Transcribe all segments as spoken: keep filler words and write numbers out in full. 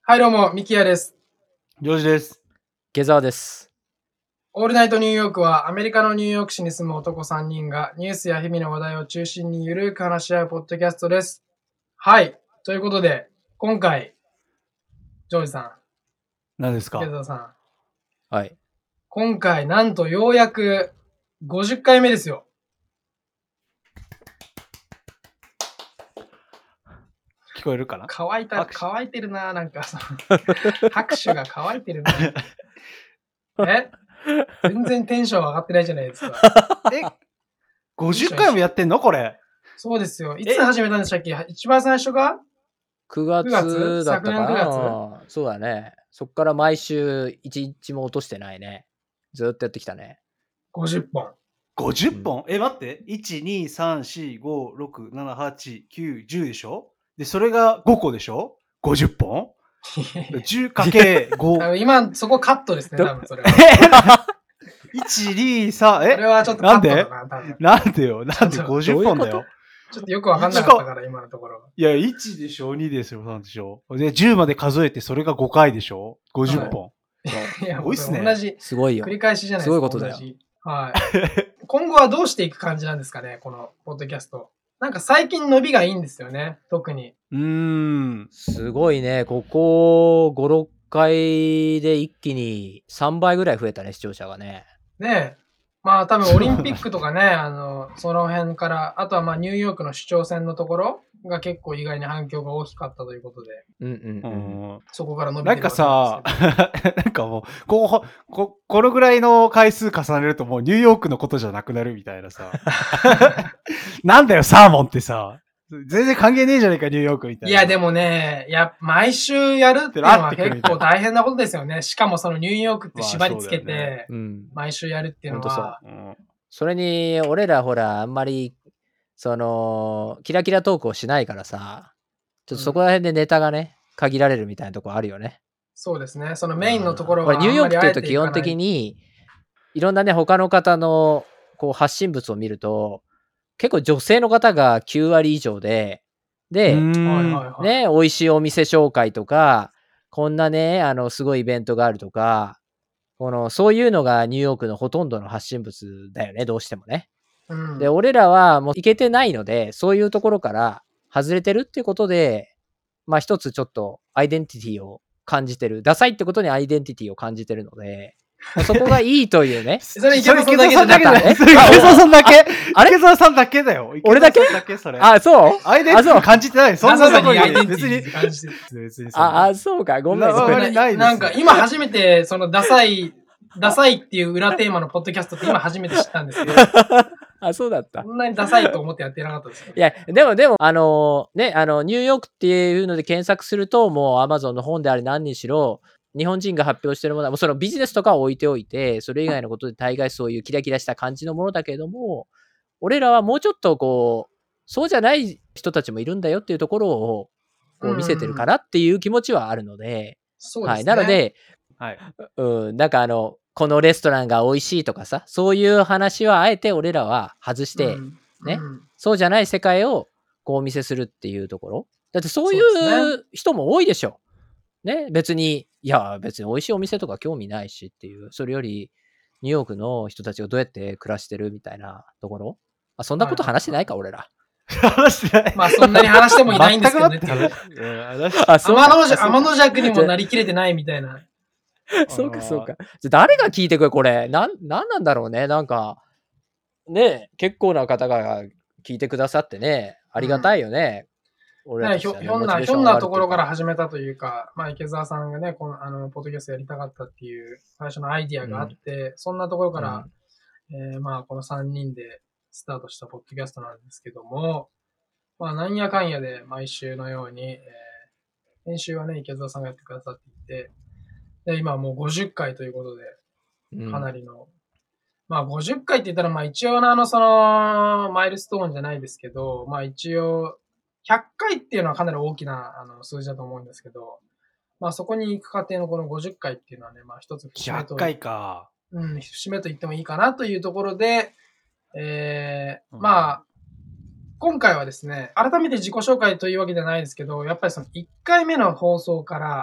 はいどうも、ミキヤです。 ジョージです。 下沢です。 オールナイトニューヨークはアメリカのニューヨーク市に住む男さんにんがニュースや日々の話題を中心にゆるく話し合うポッドキャストです。はい。ということで、今回、ジョージさん。 何ですか？ 池澤さん。 はい。 今回、なんとようやくごじゅっかいめですよ。 聞こえるかな？ 乾いた、 拍手乾いてるな、なんかその、拍手が乾いてるな。え全然テンション上がってないじゃないですか。 え ?ごじゅっかいもやってんのこれ。 そうですよ。いつ始めたんでしたっけ？一番最初がくがつだったかな。 昨年くがそうだね。そっから毎週いちにちも落としてないね。ずっとやってきたね。 ごじゅっぽん。 ごじゅっぽん、うん、え、待って。いち、に、さん、よん、ご、ろく、なな、はち、きゅう、じゅうでしょ？で、それがごこでしょ？ ごじゅっ 本じゅうかけるご。 今、そこカットですね、多分それは。 いち、に、さん、えそれはちょっとカットだな、多分。 なんでよ、なんでごじゅっぽんだよ。 ちょっとよくわかんなかったから、今のところ。 いや、いちでしょ、にでしょ、さんでしょ。で、じゅうまで数えて、それがごかいでしょ ?ごじゅっ 本。 いや、 すごいっすね。 同じ。 すごいよ。 繰り返しじゃないですか。 すごいことだよ。 はい。今後はどうしていく感じなんですかね、このポッドキャスト。なんか最近伸びがいいんですよね、特に。 うーん。 すごいね。ここご、ろっかいで一気にさんばいぐらい増えたね、視聴者がね。 ねえ。まあ多分オリンピックとかね、あの、その辺から、あとはまあニューヨークの市長選のところが結構意外に反響が大きかったということで。 うんうんうん。 そこから伸びてるなんかさ、なんかもう、こう、こ、このぐらいの回数重ねるともうニューヨークのことじゃなくなるみたいなさ。なんだよ、サーモンってさ。全然関係ねえじゃねえか、ニューヨークみたいな。 いや、でもね、や、毎週やるっていうのは結構大変なことですよね。しかもそのニューヨークって縛りつけて、 まあね、 毎週やるっていうのは。 うん、それに、俺らほら、あんまり、その、キラキラトークをしないからさ、ちょっとそこら辺でネタがね、うん、限られるみたいなところあるよね。 そうですね。そのメインのところは、 うん、ニューヨークっていうと基本的に、いろんなね、他の方のこう発信物を見ると、結構女性の方がきゅうわり以上で、で、ね、美味しいお店紹介とか、こんなね、あの、すごいイベントがあるとか、この、そういうのがニューヨークのほとんどの発信物だよね、どうしてもね。うん、で、俺らはもう行けてないので、そういうところから外れてるっていうことで、まあ一つちょっとアイデンティティを感じてる。ダサいってことにアイデンティティを感じてるので、そこがいいというね。 それ池澤さんだけじゃなくて、池澤さんだけ。あれ池澤さんだけだよ。 俺だけあ、そうアイデンティティ感じてない。そんなとこに別に。 別に。あ、あ、そうか。ごめん。 なんか今初めて、そのダサい、ダサいっていう裏テーマのポッドキャストって今初めて知ったんですけど。 あ、そうだった。 そんなにダサいと思ってやってなかったですよ。 いや、でもでも、あのー、ね、あの、ニューヨークっていうので検索すると、もう Amazon の本であれ何にしろ、日本人が発表してるものは、もうそのビジネスとかは置いておいて、それ以外のことで大概そういうキラキラした感じのものだけれども、俺らはもうちょっとこう、そうじゃない人たちもいるんだよっていうところをこう見せてるかなっていう気持ちはあるので、 そうですね。 はい。なので、 はい。 うん、なんかあの、このレストランが美味しいとかさ、そういう話はあえて俺らは外して、うんね、うん、そうじゃない世界をこうお見せするっていうところ。だってそういう人も多いでしょ。ね、別に、いや、別に美味しいお店とか興味ないしっていう、それよりニューヨークの人たちがどうやって暮らしてるみたいなところ。あ、そんなこと話してないか、俺ら。 話してない。 まあそんなに話してもいないんですけどね。天の弱にもなりきれてないみたいな。 そうか、そうか。じゃ誰が聞いてくれ、これ。なん、なんなんだろうね。なんか、ね、結構な方が聞いてくださってね、ありがたいよね。 うん、俺たちはね、ひょんな、ひょんなところから始めたというか、まあ、池澤さんがね、この、あの、ポッドキャストやりたかったっていう最初のアイディアがあって、うん、そんなところから、うん、えー、まあ、このさんにんでスタートしたポッドキャストなんですけども、まあ、なんやかんやで毎週のように、えー、編集はね、池澤さんがやってくださっていて、で、今はもうごじゅっかいということで、かなりの、うん、まあごじゅっかいって言ったら、まあ一応のあの、その、マイルストーンじゃないですけど、まあ一応、ひゃっかいっていうのはかなり大きなあの数字だと思うんですけど、まあそこに行く過程のこのごじゅっかいっていうのはね、まあ一つ節目と。 ひゃっかいか。 うん、節目と言ってもいいかなというところで、えー、うん、まあ、今回はですね、改めて自己紹介というわけではないですけど、やっぱりそのいっかいめの放送から、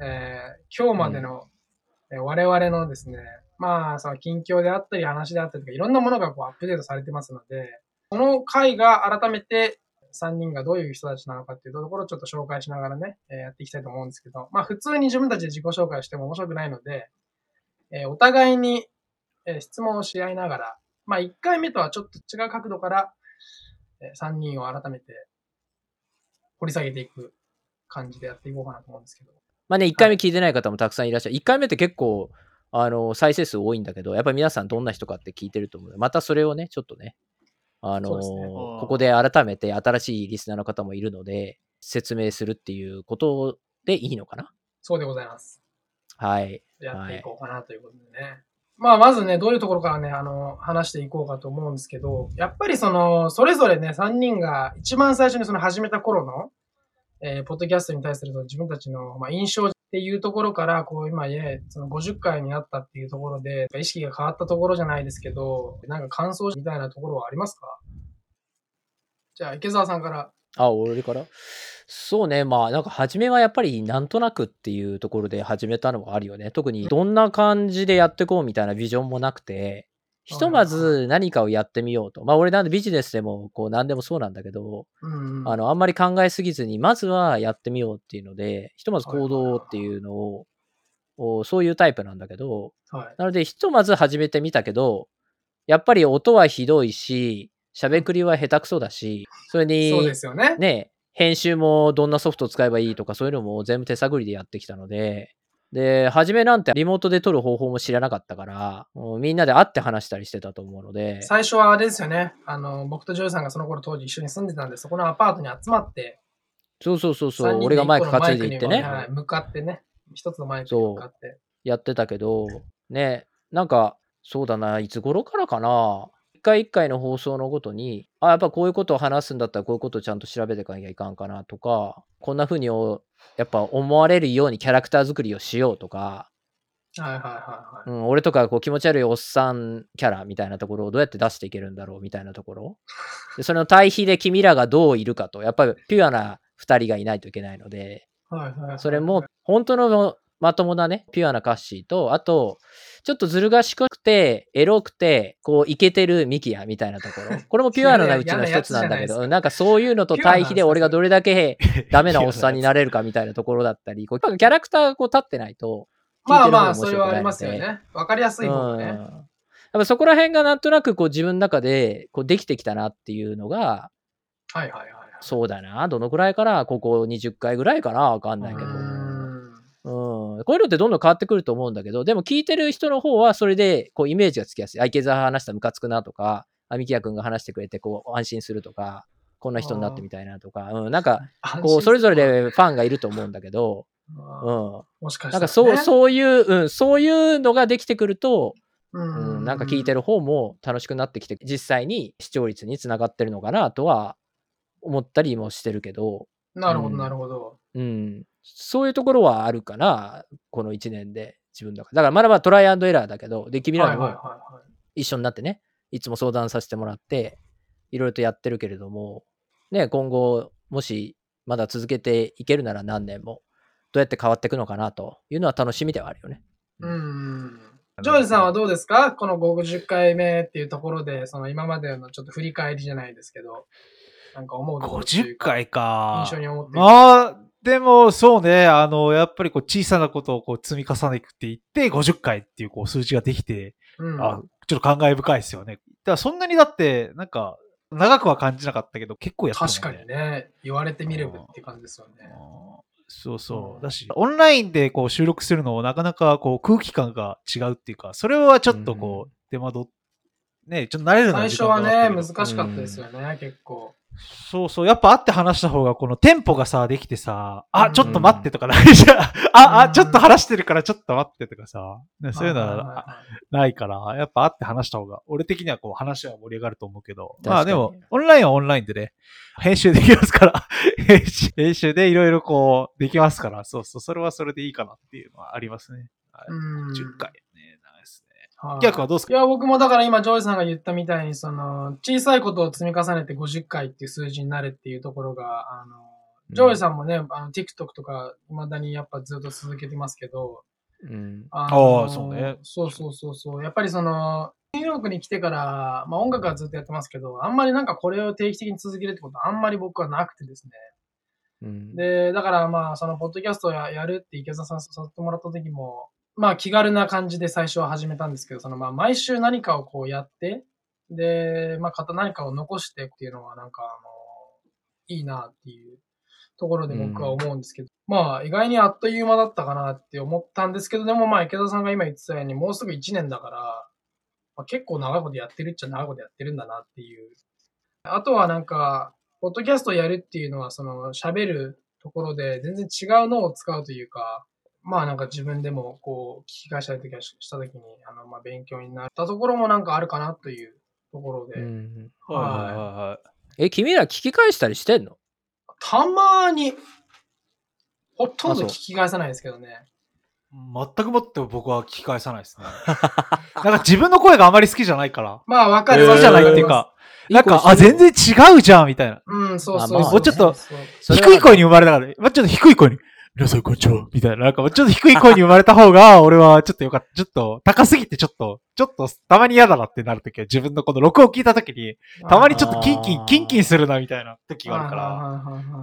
えー、今日までの、うん、えー、我々のですね、まあ、その近況であったり話であったりとか、いろんなものがこうアップデートされてますので、この回が改めてさんにんがどういう人たちなのかっていうところをちょっと紹介しながらね、えー、やっていきたいと思うんですけど、まあ普通に自分たちで自己紹介しても面白くないので、えー、お互いに、えー、質問をし合いながら、まあいっかいめとはちょっと違う角度から、えー、さんにんを改めて掘り下げていく感じでやっていこうかなと思うんですけど。 まあね、いっかいめ聞いてない方もたくさんいらっしゃる。はい、いっかいめって結構、あの、再生数多いんだけど、やっぱり皆さんどんな人かって聞いてると思うので、またそれをね、ちょっとね、あのーね、ここで改めて新しいリスナーの方もいるので、説明するっていうことでいいのかな？ そうでございます。 はい。 やっていこうかなということでね。はい、まあ、まずね、どういうところからね、あの、話していこうかと思うんですけど、やっぱりその、それぞれね、さんにんが一番最初にその始めた頃の、えー、ポッドキャストに対する自分たちの、まあ、印象っていうところから、こう、今へ、そのごじゅっかいになったっていうところで、意識が変わったところじゃないですけど、なんか感想みたいなところはありますか？じゃあ、池澤さんから。 あ、俺からそうね。まあ、なんか初めはやっぱりなんとなくっていうところで始めたのはあるよね。特にどんな感じでやっていこうみたいなビジョンもなくて、ひとまず何かをやってみようと。まあ、俺なんでビジネスでもこう何でもそうなんだけど、 うんうん、 あの、あんまり考えすぎずに、まずはやってみようっていうので、ひとまず行動っていうのを、をそういうタイプなんだけど、 はい、 なのでひとまず始めてみたけど、やっぱり音はひどいし、しゃべくりは下手くそだし、それに、 そうですよね。 ね、編集もどんなソフトを使えばいいとかそういうのも全部手探りでやってきたので、で、初めなんてリモートで撮る方法も知らなかったから、もうみんなで会って話したりしてたと思うので。 最初はあれですよね。あの、僕とジョイさんがその頃当時一緒に住んでたんで、そこのアパートに集まって、 そうそうそうそう、俺がマイク担いでいってね。 はい、向かってね、一つのマイクに向かって。 やってたけど、ね、なんか、そうだな、いつ頃からかな。一回一回の放送のごとに、あ、やっぱこういうことを話すんだったらこういうことをちゃんと調べていかなきゃいかんかなとか、こんな風におやっぱ思われるようにキャラクター作りをしようとか、 はいはいはいはい。 うん、俺とかこう気持ち悪いおっさんキャラみたいなところをどうやって出していけるんだろうみたいなところ。でその対比で君らがどういるかと、やっぱりピュアなふたりがいないといけないので、 はいはいはいはい、 それも本当のまともなね、ピュアなカッシーと、あと、ちょっとずる賢くて、エロくて、こう、イケてるミキヤみたいなところ。これもピュアなうちの一つなんだけど、なんかそういうのと対比で俺がどれだけダメなおっさんになれるかみたいなところだったり、こうキャラクターがこう立ってないと、 まあまあ、それはありますよね。わかりやすい方がね。うん、やっぱそこら辺がなんとなくこう自分の中でこうできてきたなっていうのが、 はいはいはい、はい。 そうだな。どのくらいかな、ここにじゅっかいぐらいかな、わかんないけど。うん、こういうのってどんどん変わってくると思うんだけど、でも聞いてる人の方はそれでこうイメージがつきやすい。あ、池澤話したらムカつくなとか、あ、ミキヤ君が話してくれてこう安心するとか、こんな人になってみたいなとか、うん、なんかこうそれぞれでファンがいると思うんだけど、うん、 もしかしたら、ね、 なんかそうそういう、うん、そういうのができてくると、うん、うん、なんか聞いてる方も楽しくなってきて、実際に視聴率につながってるのかなとは思ったりもしてるけど。 なるほどなるほど。 うん。そういうところはあるかな、このいちねんで自分だから。だからまだまだトライアンドエラーだけど、で、君らにも一緒になってね、いつも相談させてもらって、いろいろとやってるけれども、ね、今後、もしまだ続けていけるなら何年も、どうやって変わっていくのかなというのは楽しみではあるよね。 うん。ジョージさんはどうですか？このごじゅっかいめっていうところで、その今までのちょっと振り返りじゃないですけど、なんか思うところというかごじゅっかいか。 印象に思ってる。 ああ、でもそうね、あの、やっぱりこう小さなことをこう積み重ねていって、ごじゅっかいっていうこう数字ができて、うん、あ、ちょっと感慨深いですよね。だからそんなにだって、なんか、長くは感じなかったけど、結構やったもんね。 確かにね。言われてみればって感じですよね。 そうそう。だし、オンラインでこう収録するのもなかなかこう空気感が違うっていうか、それはちょっとこう、手間取って、ね、ちょっと慣れるの最初はね、難しかったですよね、結構。 そうそう。やっぱ会って話した方が、このテンポがさ、できてさ、あ、ちょっと待ってとかないじゃん。あ、あ、ちょっと話してるからちょっと待ってとかさ、ね、そういうのはないから、やっぱ会って話した方が、俺的にはこう話は盛り上がると思うけど、まあでも、オンラインはオンラインでね、編集できますから、編集編集でいろいろこう、できますから、そうそう、それはそれでいいかなっていうのはありますね。じゅっかいね、長いですね。逆はどうですか？ いや、僕もだから今、ジョイさんが言ったみたいに、その、小さいことを積み重ねてごじゅっかいっていう数字になるっていうところが、あの、 ジョージさんもね、あの TikTok とか未だにやっぱずっと続けてますけど、 うん。 ああ、そうね。 そうそうそうそう。やっぱりその、ニューヨークに来てから、まあ音楽はずっとやってますけど、あんまりなんかこれを定期的に続けるってことはあんまり僕はなくてですね。 うん、 で、だからまあ、そのポッドキャストを や, やるって池澤さん誘ってもらった時も、まあ気軽な感じで最初は始めたんですけど、そのまあ毎週何かをこうやって、で、まあ何かを残してっていうのはなんかあの、いいなっていうところで僕は思うんですけど、うん、まあ意外にあっという間だったかなって思ったんですけど、でもまあ池田さんが今言ってたようにもうすぐいちねんだから、まあ、結構長いことやってるっちゃ長いことやってるんだなっていう。あとはなんか、ポッドキャストやるっていうのはその喋るところで全然違うのを使うというか、まあなんか自分でもこう聞き返したりとかしたときに、あのまあ勉強になったところもなんかあるかなというところで。うん、 はいはいはいはい。 え、君ら聞き返したりしてんの？ たまーに。ほとんど聞き返さないですけどね。 全くもって僕は聞き返さないですね。なんか自分の声があまり好きじゃないから。 まあわかる。 好きじゃないっていうか、なんか、あ、全然違うじゃんみたいな。 うん、そうそうそう。 もうちょっと、低い声に生まれたから、まあ、ちょっと低い声に、皆さんこんにちは、みたいな。なんか、ちょっと低い声に生まれた方が、俺はちょっとよかった。ちょっと、高すぎてちょっと、ちょっと、たまに嫌だなってなるときは、自分のこの録音を聞いたときに、たまにちょっとキンキン、キンキンするな、みたいな時があるから。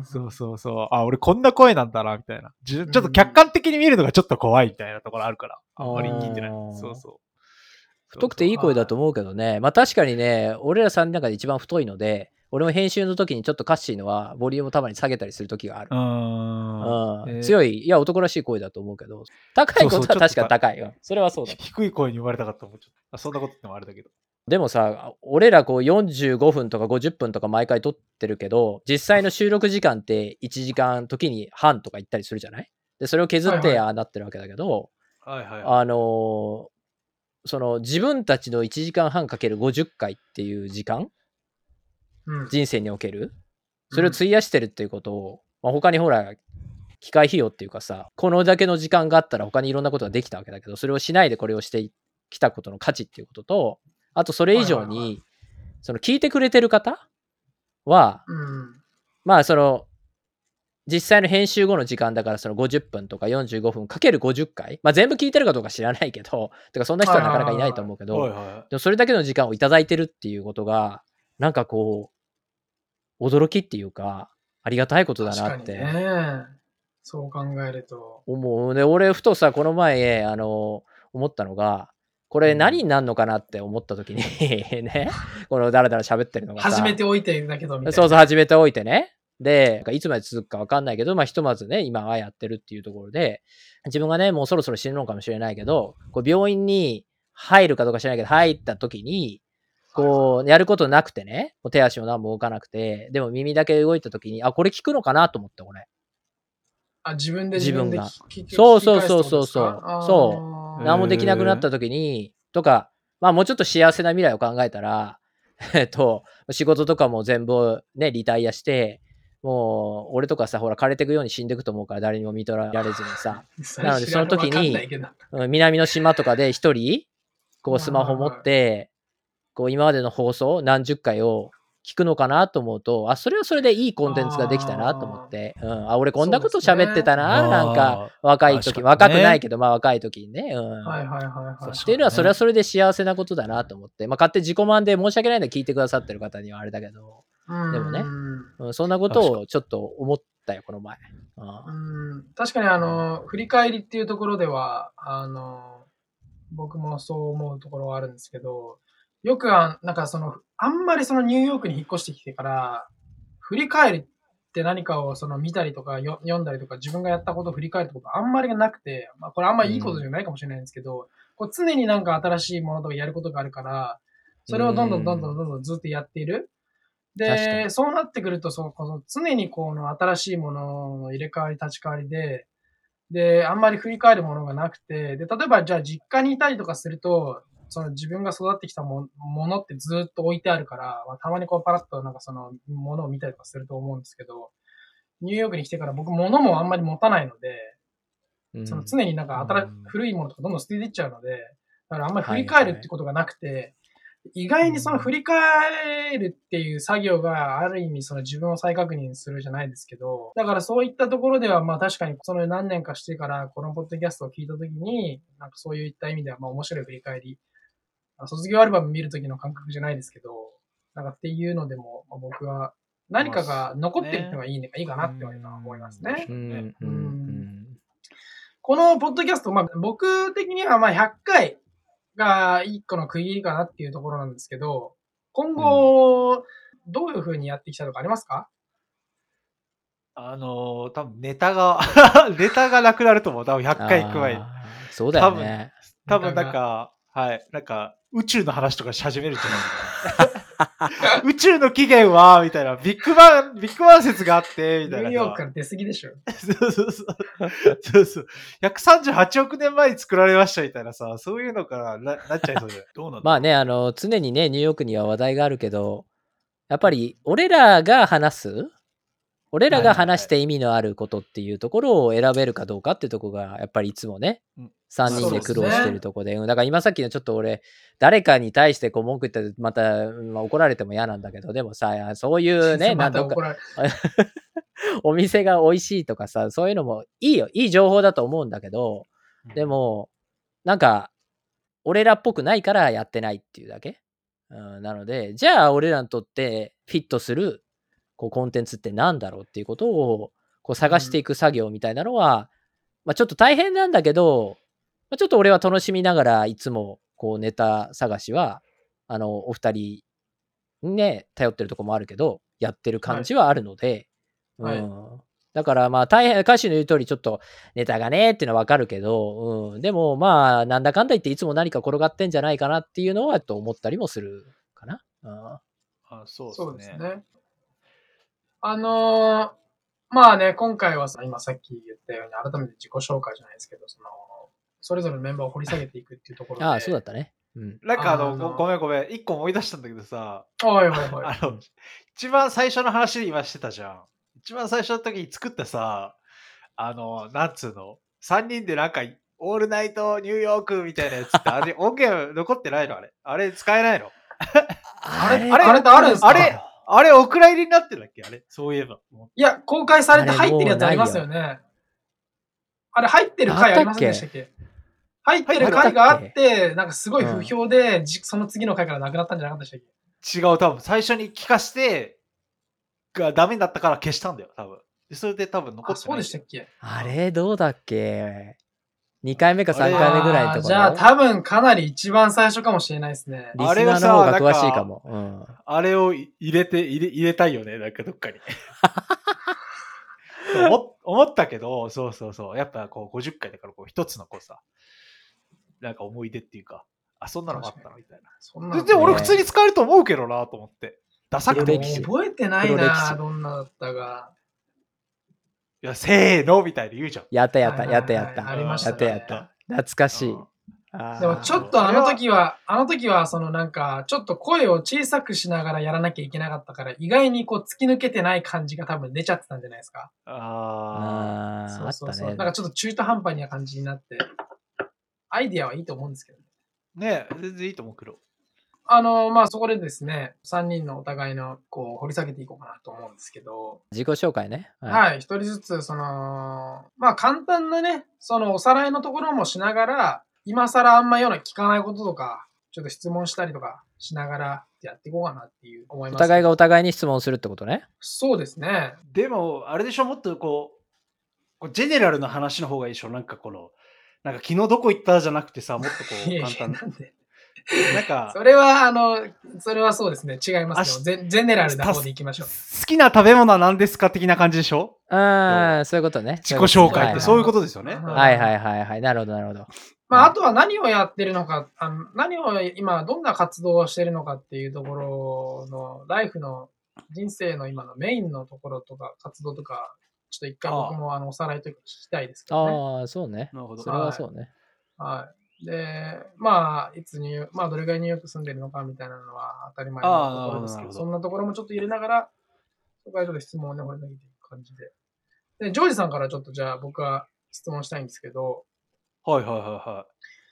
そうそうそう。あ、俺こんな声なんだな、みたいな。ちょっと客観的に見るのがちょっと怖いみたいなところあるから、あんまり聞いてない。そうそう。 太くていい声だと思うけどね。まあ確かにね、俺らさんの中で一番太いので、俺も編集の時にちょっとカッシーのはボリュームをたまに下げたりする時がある。うん、えー、強い、いや男らしい声だと思うけど、高いことは確かに高いよ。それはそうだ。 低い声に言われたかったもん。そんなことってもあれだけど。 でもさ、俺らこうよんじゅうごふんとかごじゅっぷんとか毎回撮ってるけど、実際の収録時間っていちじかん時に半とか行ったりするじゃない？で、それを削ってああなってるわけだけど、 はいはいはい、 あのー、その自分たちのいちじかんはんかけるごじゅっかいっていう時間、うん、人生におけるそれを費やしてるっていうことを、まあ、他にほら機械費用っていうかさ、このだけの時間があったら他にいろんなことができたわけだけど、それをしないでこれをしてきたことの価値っていうことと、あとそれ以上に、はいはいはい、その聞いてくれてる方は、うん、まあその実際の編集後の時間だからそのごじゅっぷんとかよんじゅうごふんかけるごじゅっかい、まあ全部聞いてるかどうか知らないけど、てかそんな人はなかなかいないと思うけど、はいはいはい、でもそれだけの時間をいただいてるっていうことが、なんかこう、驚きっていうか、ありがたいことだなって。 確かにね。そう考えると。 思うね。俺、ふとさ、この前、あの、思ったのが、これ何になるのかなって思った時にね、このダラダラ喋ってるのがさ。 始めておいてだけどみたいな。 そうそう、始めておいてね。で、いつまで続くか分かんないけど、まあ、ひとまずね、今、ああやってるっていうところで、自分がね、もうそろそろ死ぬのかもしれないけど、こう病院に入るかどうか知らないけど、入った時に、こう、やることなくてね、手足も何も動かなくて、でも耳だけ動いた時に、あ、これ聞くのかなと思って、俺。 あ、自分で自分で聞く。そうそうそうそうそう。そう。何もできなくなった時に、とか、まあもうちょっと幸せな未来を考えたら、えっと、仕事とかも全部ね、リタイアして、もう、俺とかさ、ほら、枯れていくように死んでいくと思うから、誰にも見とられずにさ。なので、その時に、南の島とかで一人、こう、スマホ持って、こう、今までの放送、何十回を聞くのかなと思うと、あ、それはそれでいいコンテンツができたなと思って、うん、あ、俺こんなこと喋ってたな、ね、なんか、若い時、ね、若くないけど、まあ若い時にね、うん。はいはいはいはい。っていうのは、それはそれで幸せなことだなと思って、まあ勝手に自己満で申し訳ないんで聞いてくださってる方にはあれだけど、でもね、うん、そんなことをちょっと思ったよ、この前。 うん、確かにあの、振り返りっていうところでは、あの、僕もそう思うところはあるんですけど、よくあ、なんかその、あんまりそのニューヨークに引っ越してきてから、振り返りって何かをその見たりとかよ読んだりとか自分がやったことを振り返ることあんまりなくて、まあこれあんまりいいことじゃないかもしれないんですけど、うん、こう常になんか新しいものとかやることがあるから、それをどんどんどんどんどんどんずっとやっている。で、そうなってくると、そのこの常にこの新しいものの入れ替わり立ち替わりで、で、あんまり振り返るものがなくて、で、例えばじゃあ実家にいたりとかすると、その自分が育ってきたものってずっと置いてあるから、まあ、たまにこうパラッとなんかそのものを見たりとかすると思うんですけど、ニューヨークに来てから僕物もあんまり持たないので、うん、その常になんか新、うん、古いものとかどんどん捨てていっちゃうので、だからあんまり振り返るってことがなくて、はいはい、 意外にその振り返るっていう作業がある意味その自分を再確認するじゃないですけど、だからそういったところではまあ確かにその何年かしてからこのポッドキャストを聞いたときに、なんかそういった意味ではまあ面白い振り返り、卒業アルバム見るときの感覚じゃないですけど、なんかっていうのでも、まあ、僕は何かが残ってるのがいいね、いいかなって思いますね。 うんうんうん、 このポッドキャスト、まあ僕的にはまあひゃっかいが一個の区切りかなっていうところなんですけど、今後、どういう風にやってきたとかありますか？ あのー、多分ネタが、ネタがなくなると思う。多分ひゃっかい行く前に。 そうだよね。 多分、多分なんか、はい、なんか、宇宙の話とかし始めるんじゃないかな。宇宙の起源は、みたいな、ビッグバン、ビッグバン説があって、みたいな。 ニューヨークから出過ぎでしょ。 そうそうそう。そうそう。ひゃくさんじゅうはちおくねんまえに作られましたみたいなさ、そういうのからななっちゃいそうじゃない。どうなんだろう。 まあね、あの、常にね、ニューヨークには話題があるけど、やっぱり、俺らが話す俺らが話して意味のあることっていうところを選べるかどうかっていうところが、やっぱりいつもね、さんにんで苦労してるところで、だから今さっきのちょっと俺、誰かに対してこう文句言ってまた、まあ、怒られても嫌なんだけど、でもさ、そういうね、 またなんとか、お店が美味しいとかさ、そういうのもいいよ、いい情報だと思うんだけど、でも、なんか、俺らっぽくないからやってないっていうだけ。うん、なので、じゃあ俺らにとってフィットするこうコンテンツってなんだろうっていうことをこう探していく作業みたいなのは、うん、まあ、ちょっと大変なんだけど、まあ、ちょっと俺は楽しみながらいつもこうネタ探しはあのお二人にね頼ってるとこもあるけどやってる感じはあるので、はいうん、はい、だからまあ大変歌詞の言う通りちょっとネタがねっていうのはわかるけど、うん、でもまあなんだかんだ言っていつも何か転がってんじゃないかなっていうのはと思ったりもするかな。うん、 あそうですね。 そうですね。あのー、まあね、今回はさ、今さっき言ったように改めて自己紹介じゃないですけど、その、それぞれのメンバーを掘り下げていくっていうところで。 ああ、そうだったね。 うん、なんかあの、あのごめんごめん、一個思い出したんだけどさ、 はいはいはい。 あの、一番最初の話今してたじゃん。一番最初の時に作ったさ、あの、なんつうの、さんにんでなんか、オールナイトニューヨークみたいなやつって、あれ、音源残ってないのあれ。あれ、使えないのあれ、あれ、あれってあるんですか？ あれ、あれ、お蔵入りになってるんだっけあれ、そういえば。 いや、公開されて入ってるやつありますよね。あれ、入ってる回ありませんでしたっけ？入ってる回があって、なんかすごい不評で、うん、その次の回からなくなったんじゃなかったでしたっけ？ 違う、多分、最初に聞かして、がダメだったから消したんだよ、多分。それで多分残ってない。 あ、そうでしたっけ？ あれ、どうだっけ？にかいめかさんかいめぐらいのところ。 じゃあ多分かなり一番最初かもしれないですね。 リスナーの方が詳しいかも。うん、 あれを入れて、入れ、入れたいよね、なんかどっかに。思, 思ったけど、そうそうそう。やっぱこうごじゅっかいだからこう一つのこうさ、なんか思い出っていうか、あ、そんなのあったのみたいな。そんなの、ね、で俺普通に使えると思うけどなと思って。ダサくて覚えてないな、どんなだったか。 いや、せーのみたいに言うじゃん。 やったやった、やったやった。 ありましたね。やったやった。懐かしい。 でもちょっとあの時は、あの時はそのなんか、ちょっと声を小さくしながらやらなきゃいけなかったから、意外にこう突き抜けてない感じが多分出ちゃってたんじゃないですか。 ああ。そうそうそう。ね、なんかちょっと中途半端な感じになって、アイディアはいいと思うんですけどね。ねえ、全然いいと思うけど。 あの、まあ、そこでですね、さんにんのお互いの、こう、掘り下げていこうかなと思うんですけど。 自己紹介ね。 はい。一、はい、人ずつ、その、まあ、簡単なね、その、おさらいのところもしながら、今更あんまような聞かないこととか、ちょっと質問したりとかしながらやっていこうかなっていう思います、 お互いがお互いに質問するってことね。 そうですね。 でも、あれでしょ、もっとこう、ジェネラルな話の方がいいでしょ。なんかこの、なんか昨日どこ行ったじゃなくてさ、もっとこう、簡単な。なんでなんか、それは、あの、それはそうですね。違いますけど、ジェネラルな方でいきましょう。 好きな食べ物は何ですか的な感じでしょ？ ああ、そういうことね。 自己紹介ってそういうことですよね。 はいはいはいはい。なるほどなるほど。 まあ、あとは何をやってるのか、あの何を今、どんな活動をしてるのかっていうところの、ライフの、人生の今のメインのところとか、活動とか、ちょっと一回僕もあのおさらいというか聞きたいですけどね。 ああ、そうね。なるほど。それはそうね。 はい。はいで、まあ、いつニューヨーク、まあ、どれぐらいニューヨーク住んでるのかみたいなのは当たり前のところですけど、そんなところもちょっと入れながら、そこからちょっと質問をね、掘り投げていく感じで。で、ジョージさんからちょっとじゃあ僕は質問したいんですけど、 はいはいはいはい。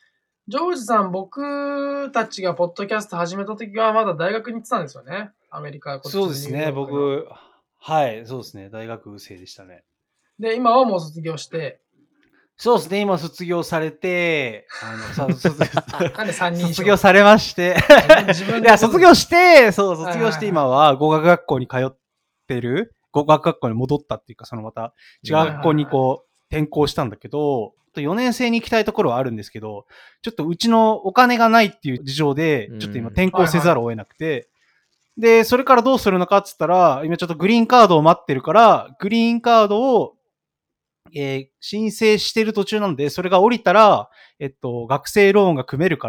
ジョージさん、僕たちがポッドキャスト始めた時はまだ大学に行ってたんですよね。アメリカ、こっちそうですね、 のニューヨークの。 僕、はい、そうですね、大学生でしたね。 で、今はもう卒業して。 そうですね、今卒業されて、あの、さ卒なんでさんにん卒業されまして、 自分でいや、卒業して、そう、卒業してはいはいはい今は語学学校に通ってる、語学学校に戻ったっていうか、そのまた違う学校にこう転校したんだけど、よねん生に行きたいところはあるんですけど、ちょっとうちのお金がないっていう事情で、ちょっと今転校せざるを得なくて、で、それからどうするのかって言ったら、今ちょっとグリーンカードを待ってるから、グリーンカードをえー申請してる途中なんで、それが降りたら、えっと、学生ローンが組めるから、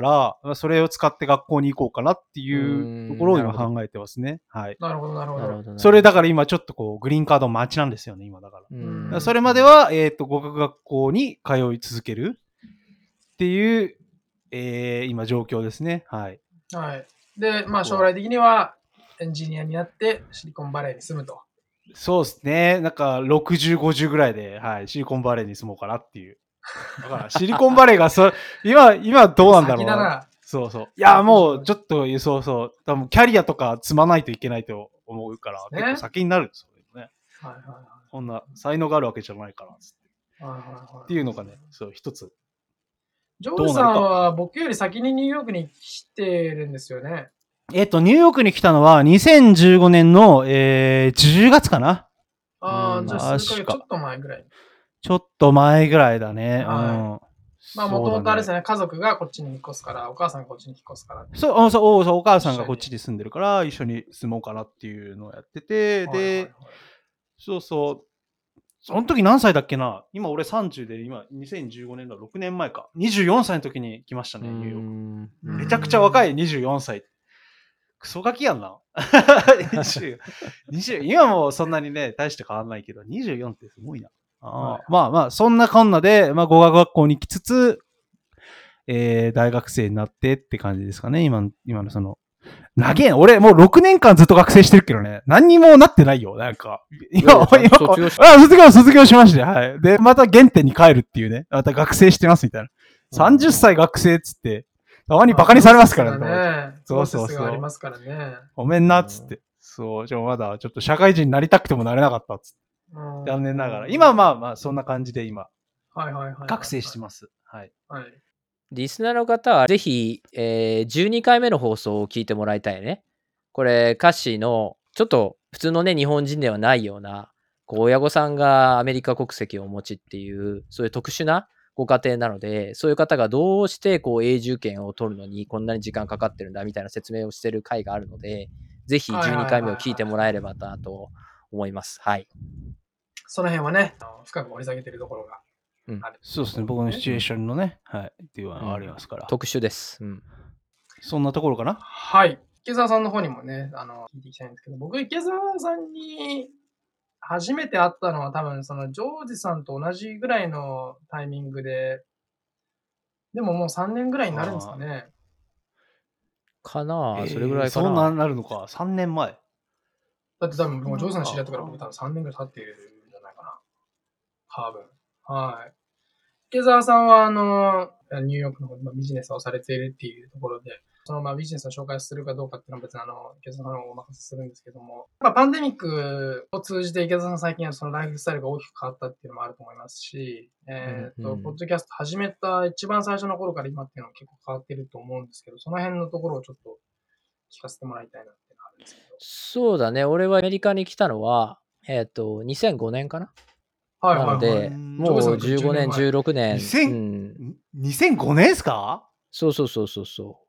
それを使って学校に行こうかなっていうところを今考えてますね。はい。 なるほど、なるほど。 それだから今ちょっとこう、グリーンカード待ちなんですよね、今だから。 うんらそれまでは、えっと、語学学校に通い続けるっていう、えー今状況ですね。はい。 はい。で、まあ将来的にはエンジニアになってシリコンバレーに住むと。 そうですね。なんか、ろくじゅう、ごじゅうぐらいで、はい、シリコンバレーに住もうかなっていう。だから、シリコンバレーがそ、今、今どうなんだろうな。 先だな。 そうそう。いや、もう、ちょっと、そうそう。多分、キャリアとか積まないといけないと思うから、 ね結構先になるんですよね。 はいはいはい。 こんな、才能があるわけじゃないから、つって。 はいはいはい。 っていうのがね、そう、一つ。 ジョージさんは僕より先にニューヨークに来てるんですよね。 えっと、ニューヨークに来たのは、にせんじゅうごねんの、えー、じゅうがつかな。 ああ、じゃあ数ヶ月、 確かちょっと前ぐらい。 ちょっと前ぐらいだね。 はいうん。 まあ、もともとあれですね。 ね、家族がこっちに引っ越すから、お母さんがこっちに引っ越すからって。 そう、そう、そう、お母さんがこっちに住んでるから、一緒に住もうかなっていうのをやってて、 はいはいはいで、そうそう。その時何歳だっけな。今俺さんじゅうで、今にせんじゅうごねんのろくねんまえか。にじゅうよんさいの時に来ましたね、ニューヨーク。 うんめちゃくちゃ若いにじゅうよんさい。クソガキやんな。にじゅう、にじゅう、今もそんなにね、大して変わんないけど、にじゅうよんってすごいな。あはいまあまあ、そんなこんなで、まあ語学学校に来つつ、えー、大学生になってって感じですかね、今の、今のその。長えな。俺、もうろくねんかんずっと学生してるけどね。何にもなってないよ。なんか。今、今、 卒業しあ、卒業、卒業しまして。はい。で、また原点に帰るっていうね。また学生してますみたいな。さんじゅっさい学生っつって、たまにバカにされますからね。 そうそうそう。 ありますからね。 ごめんなっつって。そう、じゃあまだちょっと社会人になりたくてもなれなかったっつって。残念ながら。今はまあまあ、そんな感じで今。 はいはいはい。 学生してます。はい。 はい。 リスナーの方はぜひ、えー、じゅうにかいめの放送を聞いてもらいたいね。これ、カッシーの、ちょっと普通のね、日本人ではないような、こう親御さんがアメリカ国籍をお持ちっていう、そういう特殊なご家庭なので、そういう方がどうしてこう永住権を取るのにこんなに時間かかってるんだみたいな説明をしてる回があるので、ぜひじゅうにかいめを聞いてもらえればなと思います。はい。 その辺はね、深く掘り下げてるところが。 うん、そうですね、僕のシチュエーションのね、うん、はい、っていうのはありますから。 特殊です。うん。 そんなところかな。 はい。池澤さんの方にもね、あの、聞いていきたいんですけど、僕、池澤さんに初めて会ったのは多分、その、ジョージさんと同じぐらいのタイミングで、でももうさんねんぐらいになるんですかね。 かなぁ、えー、それぐらいかな。そんななるのか、さんねんまえ。 だって多分、もうジョージさん知り合ってから僕多分さんねんぐらい経っているんじゃないかな。多分。はい。池澤さんは、あの、ニューヨークの方でビジネスをされているっていうところで、そのまあビジネスを紹介するかどうかっていうのは別にあの、池澤さんをお任せするんですけども、やっぱパンデミックを通じて池澤さん最近はそのライフスタイルが大きく変わったっていうのもあると思いますし、えっと、ポッドキャスト始めた一番最初の頃から今っていうのは結構変わってると思うんですけど、その辺のところをちょっと聞かせてもらいたいなっていうのがあるんですけど。 そうだね。俺はアメリカに来たのは、えっと、にせんごねんかな。 はいはいはい、 なので、もうじゅうごねん、じゅうろくねん。 にせん、にせんごねんですか？ そうそうそうそうそう。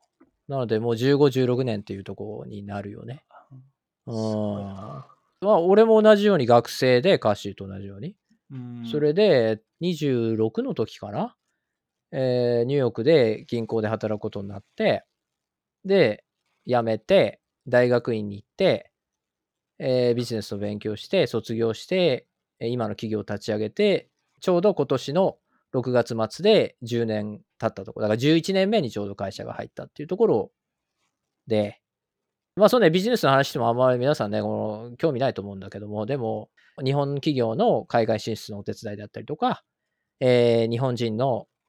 なので、もうじゅうご、じゅうろくねんっていうところになるよね。うん。まあ、俺も同じように学生で、カッシーと同じように。それで、にじゅうろくの時かな、えー、ニューヨークで銀行で働くことになって、で、辞めて、大学院に行って、えー、ビジネスの勉強して、卒業して、今の企業を立ち上げて、ちょうど今年のろくがつ末でじゅうねん経ったところ、だからじゅういちねんめにちょうど会社が入ったっていうところで、まあそうね、ビジネスの話してもあんまり皆さんね、この興味ないと思うんだけども、でも、日本企業の海外進出のお手伝いであったりとか、えー、日本人の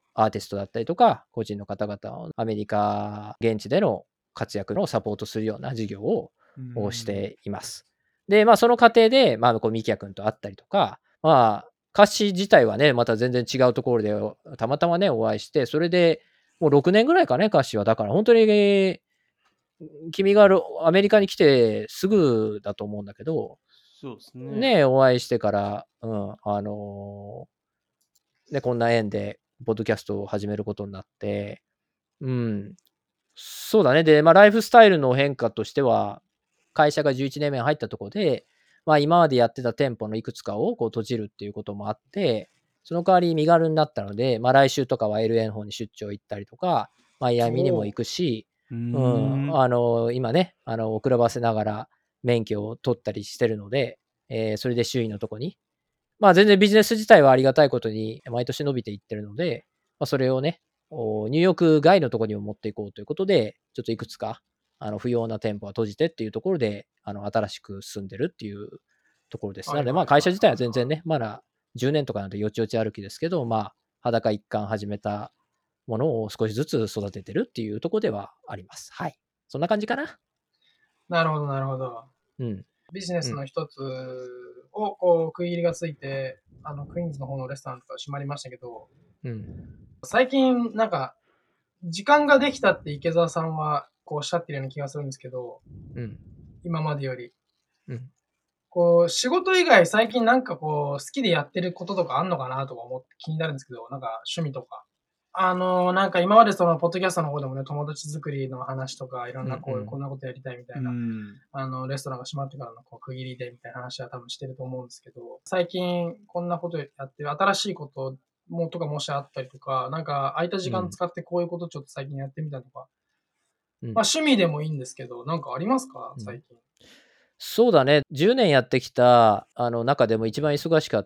アーティストだったりとか、個人の方々をアメリカ現地での活躍のサポートするような事業をしています。で、まあその過程で、まあこうミキヤ君と会ったりとか、まあ歌詞自体はね、また全然違うところでたまたまね、お会いして、それでもうろくねんぐらいかね、歌詞は。だから本当に、君がアメリカに来てすぐだと思うんだけど、 そうですね。 ね、お会いしてから、うん、あのー、ね、こんな縁で、ポッドキャストを始めることになって、うん、そうだね。で、まあ、ライフスタイルの変化としては、会社がじゅういちねんめに入ったところで、まあ、今までやってた店舗のいくつかをこう閉じるっていうこともあって、その代わり身軽になったので、まあ、来週とかは エルエー の方に出張行ったりとか、マイアミにも行くし、うん、あの、今ね、あの、遅らばせながら免許を取ったりしてるので、えー、それで周囲のとこに、まあ全然ビジネス自体はありがたいことに毎年伸びていってるので、まあ、それをね、ニューヨーク外のところにも持っていこうということで、ちょっといくつかあの不要な店舗は閉じてっていうところで、あの新しく進んでるっていうところです。なので、まあ会社自体は全然ね、まだじゅうねんとかなんてよちよち歩きですけど、まあ裸一貫始めたものを少しずつ育ててるっていうところではあります。はい。そんな感じかな。 なるほど、なるほど。 うん。 ビジネスの一つをこう区切りがついて、あのクイーンズの方のレストランとか閉まりましたけど、 うん、 最近なんか時間ができたって池澤さんはこうおっしゃってるような気がするんですけど、 うん、 今までより、 うん、 こう仕事以外最近なんかこう好きでやってることとかあんのかなとか思って気になるんですけど、なんか趣味とか。あの、なんか今までその、ポッドキャストの方でもね、友達作りの話とか、いろんなこう、うんうん、こんなことやりたいみたいな、うん、あの、レストランが閉まってからのこう区切りでみたいな話は多分してると思うんですけど、最近こんなことやってる、新しいこともとかもしあったりとか、なんか空いた時間使ってこういうことちょっと最近やってみたとか、うん、まあ趣味でもいいんですけど、なんかありますか、最近。うん、 そうだね。じゅうねんやってきた、あの、中でも一番忙しかった、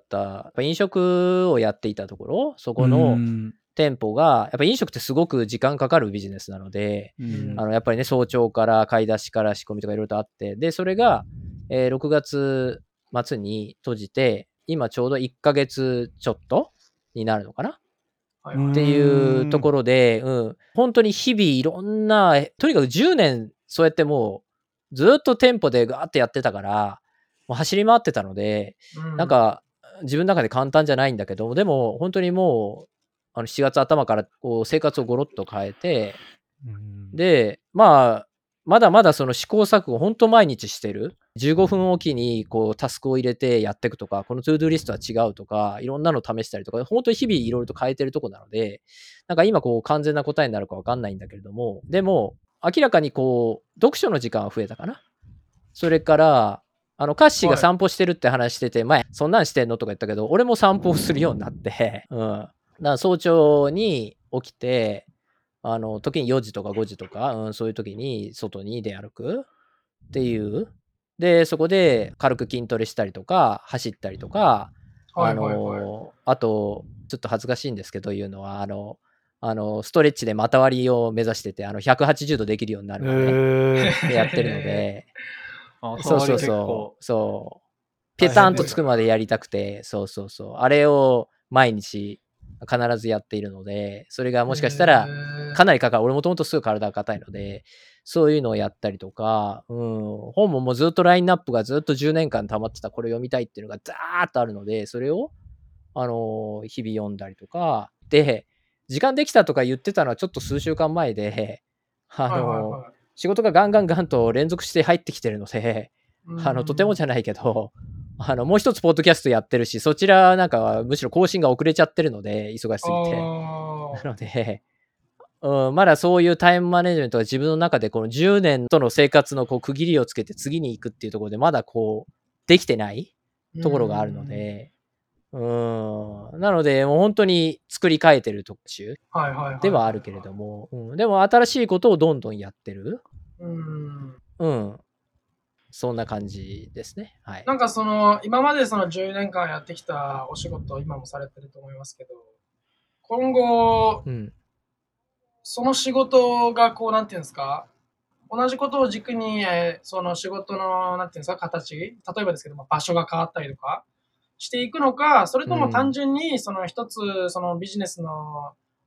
飲食をやっていたところ、そこの店舗が、やっぱ飲食ってすごく時間かかるビジネスなので、あの、やっぱりね、早朝から買い出しから仕込みとかいろいろとあって、で、それが、えー、ろくがつ末に閉じて、今ちょうどいっかげつちょっとになるのかなっていうところで、うん、本当に日々いろんな、とにかくじゅうねんそうやってもう、ずっと店舗でガーってやってたから、もう走り回ってたので、うん、なんか自分の中で簡単じゃないんだけど、でも本当にもうあのしちがつ頭からこう生活をゴロッと変えて、うん、で、まあ、まだまだその試行錯誤、本当毎日してる。じゅうごふんおきにこうタスクを入れてやっていくとか、このトゥードゥリストは違うとか、いろんなの試したりとか、本当に日々いろいろと変えてるとこなので、なんか今こう完全な答えになるかわかんないんだけれども、でも明らかにこう読書の時間は増えたかな。それから、あのカッシーが散歩してるって話してて、はい、前そんなんしてんのとか言ったけど、俺も散歩をするようになって、うん、だから早朝に起きて、あの時によじとかごじとか、うん、そういう時に外に出歩くっていう。で、そこで軽く筋トレしたりとか、走ったりとか、あの、はいはいはい、あと、ちょっと恥ずかしいんですけど、言うのは、あの、あのストレッチで股割りを目指してて、あのひゃくはちじゅうどできるようになるまで、えー、やってるので、そうそうそう、そう、ペタンとつくまでやりたくて、そうそうそう、あれを毎日必ずやっているので、それがもしかしたらかなりかかる。俺もともとすぐ体が硬いので、そういうのをやったりとか、うん、本ももうずっとラインナップがずっとじゅうねんかん溜まってた、これ読みたいっていうのがザーッとあるので、それを、あのー、日々読んだりとか、で、時間できたとか言ってたのはちょっと数週間前で、あのーはいはいはい、仕事がガンガンガンと連続して入ってきてるので、あの、とてもじゃないけど、あの、もう一つポッドキャストやってるし、そちらなんかむしろ更新が遅れちゃってるので、忙しすぎて。なので、うん、まだそういうタイムマネジメントが自分の中でこのじゅうねんとの生活のこう区切りをつけて次に行くっていうところでまだこうできてないところがあるので、うん、なのでもう本当に作り変えてる途中ではあるけれども、うん、でも新しいことをどんどんやってる。うん、うん、そんな感じですね。はい。 なんかその今までそのじゅうねんかんやってきたお仕事を今もされてると思いますけど、今後、うん、その仕事がこうなんていうんですか、同じことを軸に、えー、その仕事のなんていうんですか形、例えばですけども場所が変わったりとかしていくのか、それとも単純にその一つそのビジネスの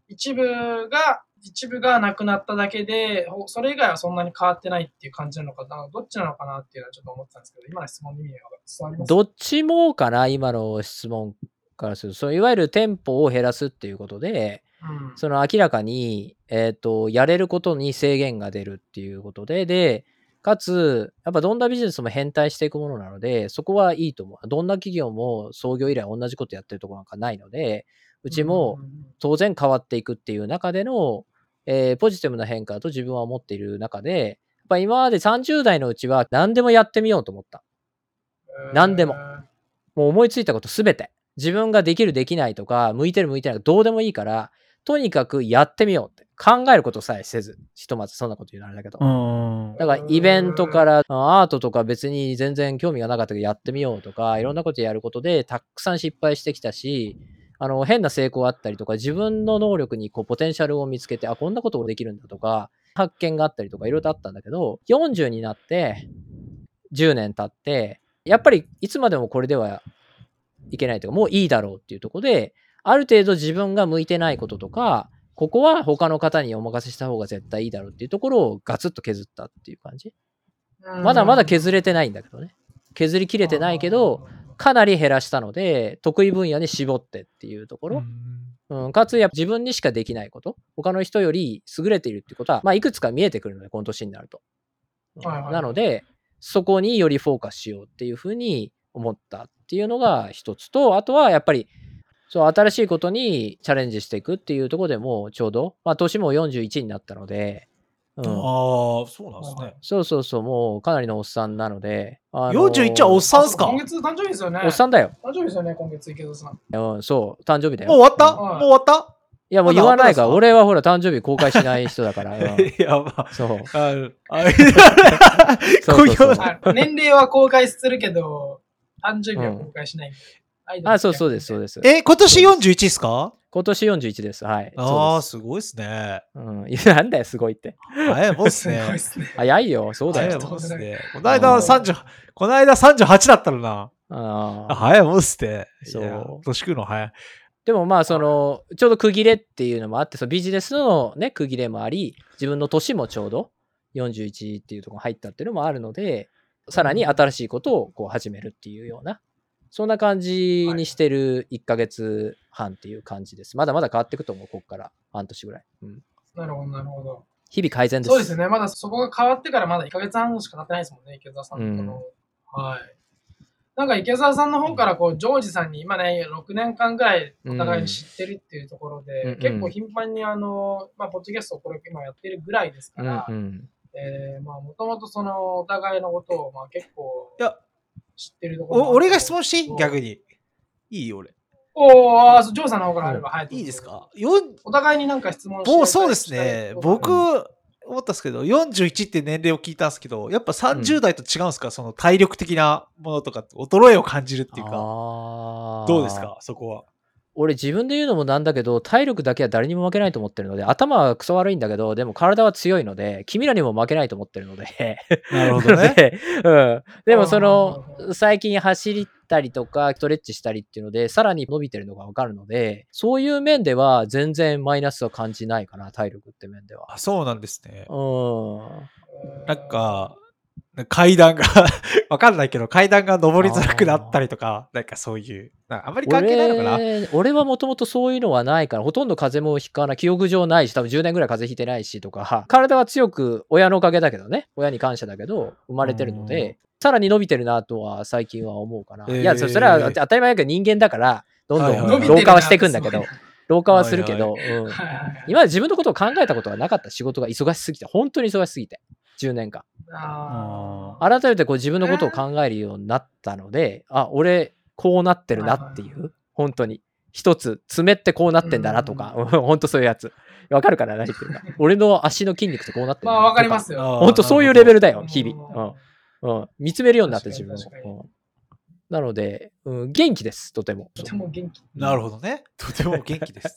一部が、一部がなくなっただけで、それ以外はそんなに変わってないっていう感じなのかな、どっちなのかなっていうのはちょっと思ってたんですけど、今の質問の意味は伝わりますか？ どっちもかな、今の質問からすると。そのいわゆる店舗を減らすっていうことで、 うん、 その明らかに、えっと、やれることに制限が出るっていうことで、で、かつ、やっぱどんなビジネスも変態していくものなので、そこはいいと思う。どんな企業も創業以来同じことやってるところなんかないので、うちも当然変わっていくっていう中での、えーポジティブな変化と自分は思っている中で、やっぱ今までさんじゅう代のうちは何でもやってみようと思った。何でも。もう思いついたことすべて。自分ができるできないとか、向いてる向いてないとかどうでもいいから、とにかくやってみようって。考えることさえせず、ひとまずそんなこと言うのあれだけど。 うん。 だからイベントからアートとか別に全然興味がなかったけどやってみようとか、いろんなことやることでたくさん失敗してきたし、あの変な成功あったりとか、自分の能力にこうポテンシャルを見つけて、あ、こんなこともできるんだとか、発見があったりとかいろいろとあったんだけど、よんじゅうになってじゅうねん経って、やっぱりいつまでもこれではいけないというか、もういいだろうっていうところで、ある程度自分が向いてないこととか、ここは他の方にお任せした方が絶対いいだろうっていうところをガツッと削ったっていう感じ。まだまだ削れてないんだけどね。削りきれてないけど、かなり減らしたので、得意分野に絞ってっていうところ。うん、かつやっぱ自分にしかできないこと、他の人より優れているっていうことは、まあ、いくつか見えてくるので、この年になると。 はいはい、 なので、そこによりフォーカスしようっていうふうに思ったっていうのが一つと、あとはやっぱり、そう新しいことにチャレンジしていくっていうところでもちょうど、まあ、年もよんじゅういちになったので、 うん、ああ、そうなんですね。 そうそうそう、もうかなりのおっさんなので。 あのー、よんじゅういちはおっさんっすか？ 今月誕生日ですよね。 おっさんだよ。 誕生日ですよね、今月池田さん。 うん、そう、誕生日だよ。 もう終わった、うん、もう終わったいや、もう言わないから、俺はほら、誕生日公開しない人だから。うん、 いや、まあ、 そう。 ああそうそうそう年齢は公開するけど、誕生日は公開しない。 うん、あ、そうそうです、そうです。 え、今年よんじゅういちですか？ 今年よんじゅういちです。はい。 ああ、すごいっすね。 うん。いや、なんだよ、すごいって。 早いもんっすね。 早いよ、そうだよ。 早いもんっすね。この間さんじゅう、この間さんじゅうはちだったのな。ああ。早いもんっすね。そう。年食うの早い。 でもまあ、その、ちょうど区切れっていうのもあって、そのビジネスのね、区切れもあり、自分の年もちょうどよんじゅういちっていうところに入ったっていうのもあるので、さらに新しいことをこう始めるっていうような、そんな感じにしてるいっかげつはんっていう感じです。まだまだ変わっていくと思う、ここから半年ぐらい。うん、 なるほど、なるほど。 日々改善です。 そうですね。まだそこが変わってからまだいっかげつはんしか経ってないですもんね、池澤さんのこの、うん、はい。なんか池澤さんの方からこうジョージさんに今ねろくねんかんぐらいお互いに知ってるっていうところで、うん、結構頻繁にあのまあポッドキャストをこれ今やってるぐらいですから、うんうん、えー、まあもともとそのお互いのことをまあ結構知ってるところ。 俺が質問していい？逆に。いいよ俺。 おー、ジョーさんの方からあれば、うん、はい。 いいですか？ お互いになんか質問して。 そうですね。僕、思ったんですけど、よんじゅういちって年齢を聞いたんですけど、やっぱさんじゅう代と違うんですか、うん、その体力的なものとか、衰えを感じるっていうか。どうですかそこは。 俺自分で言うのもなんだけど、体力だけは誰にも負けないと思ってるので、頭はクソ悪いんだけど、でも体は強いので、君らにも負けないと思ってるので。 なるほどね。 で、うん。でもその、最近走ったりとか、ストレッチしたりっていうので、さらに伸びてるのがわかるので、そういう面では全然マイナスは感じないかな、体力って面では。 あ、そうなんですね。 うん。 なんか、階段がわかんないけど階段が登りづらくなったりとか、なんかそういうなんかあんまり関係ないのかな。 俺, 俺はもともとそういうのはないから、ほとんど風邪もひかない、記憶上ないし、多分じゅうねんぐらい風邪ひいてないしとか、体は強く親のおかげだけどね、親に感謝だけど生まれてるので、さらに伸びてるなとは最近は思うかな。えー、いや そ, それは当たり前だけど人間だからどんどん老化はしていくんだけど、老化はするけど、今まで自分のことを考えたことがなかった。仕事が忙しすぎて、本当に忙しすぎてじゅうねんかん。あ改めてこう自分のことを考えるようになったので、えー、あ、俺こうなってるなっていう、本当に一つ爪ってこうなってんだなとか、本当そういうやつわかるから何言ってるか。俺の足の筋肉ってこうなってる。 まあわかりますよ。 本当そういうレベルだよ日々、うんうん。見つめるようになって自分を。なので、うん、元気です、とても。 とても元気。 なるほどね。とても元気です。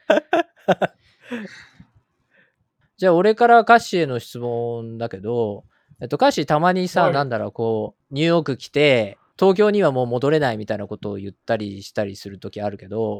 じゃあ、俺からカッシーへの質問だけど、えっと、カッシーたまにさ、はい、なんだろう、こう、ニューヨーク来て、東京にはもう戻れないみたいなことを言ったりしたりするときあるけど、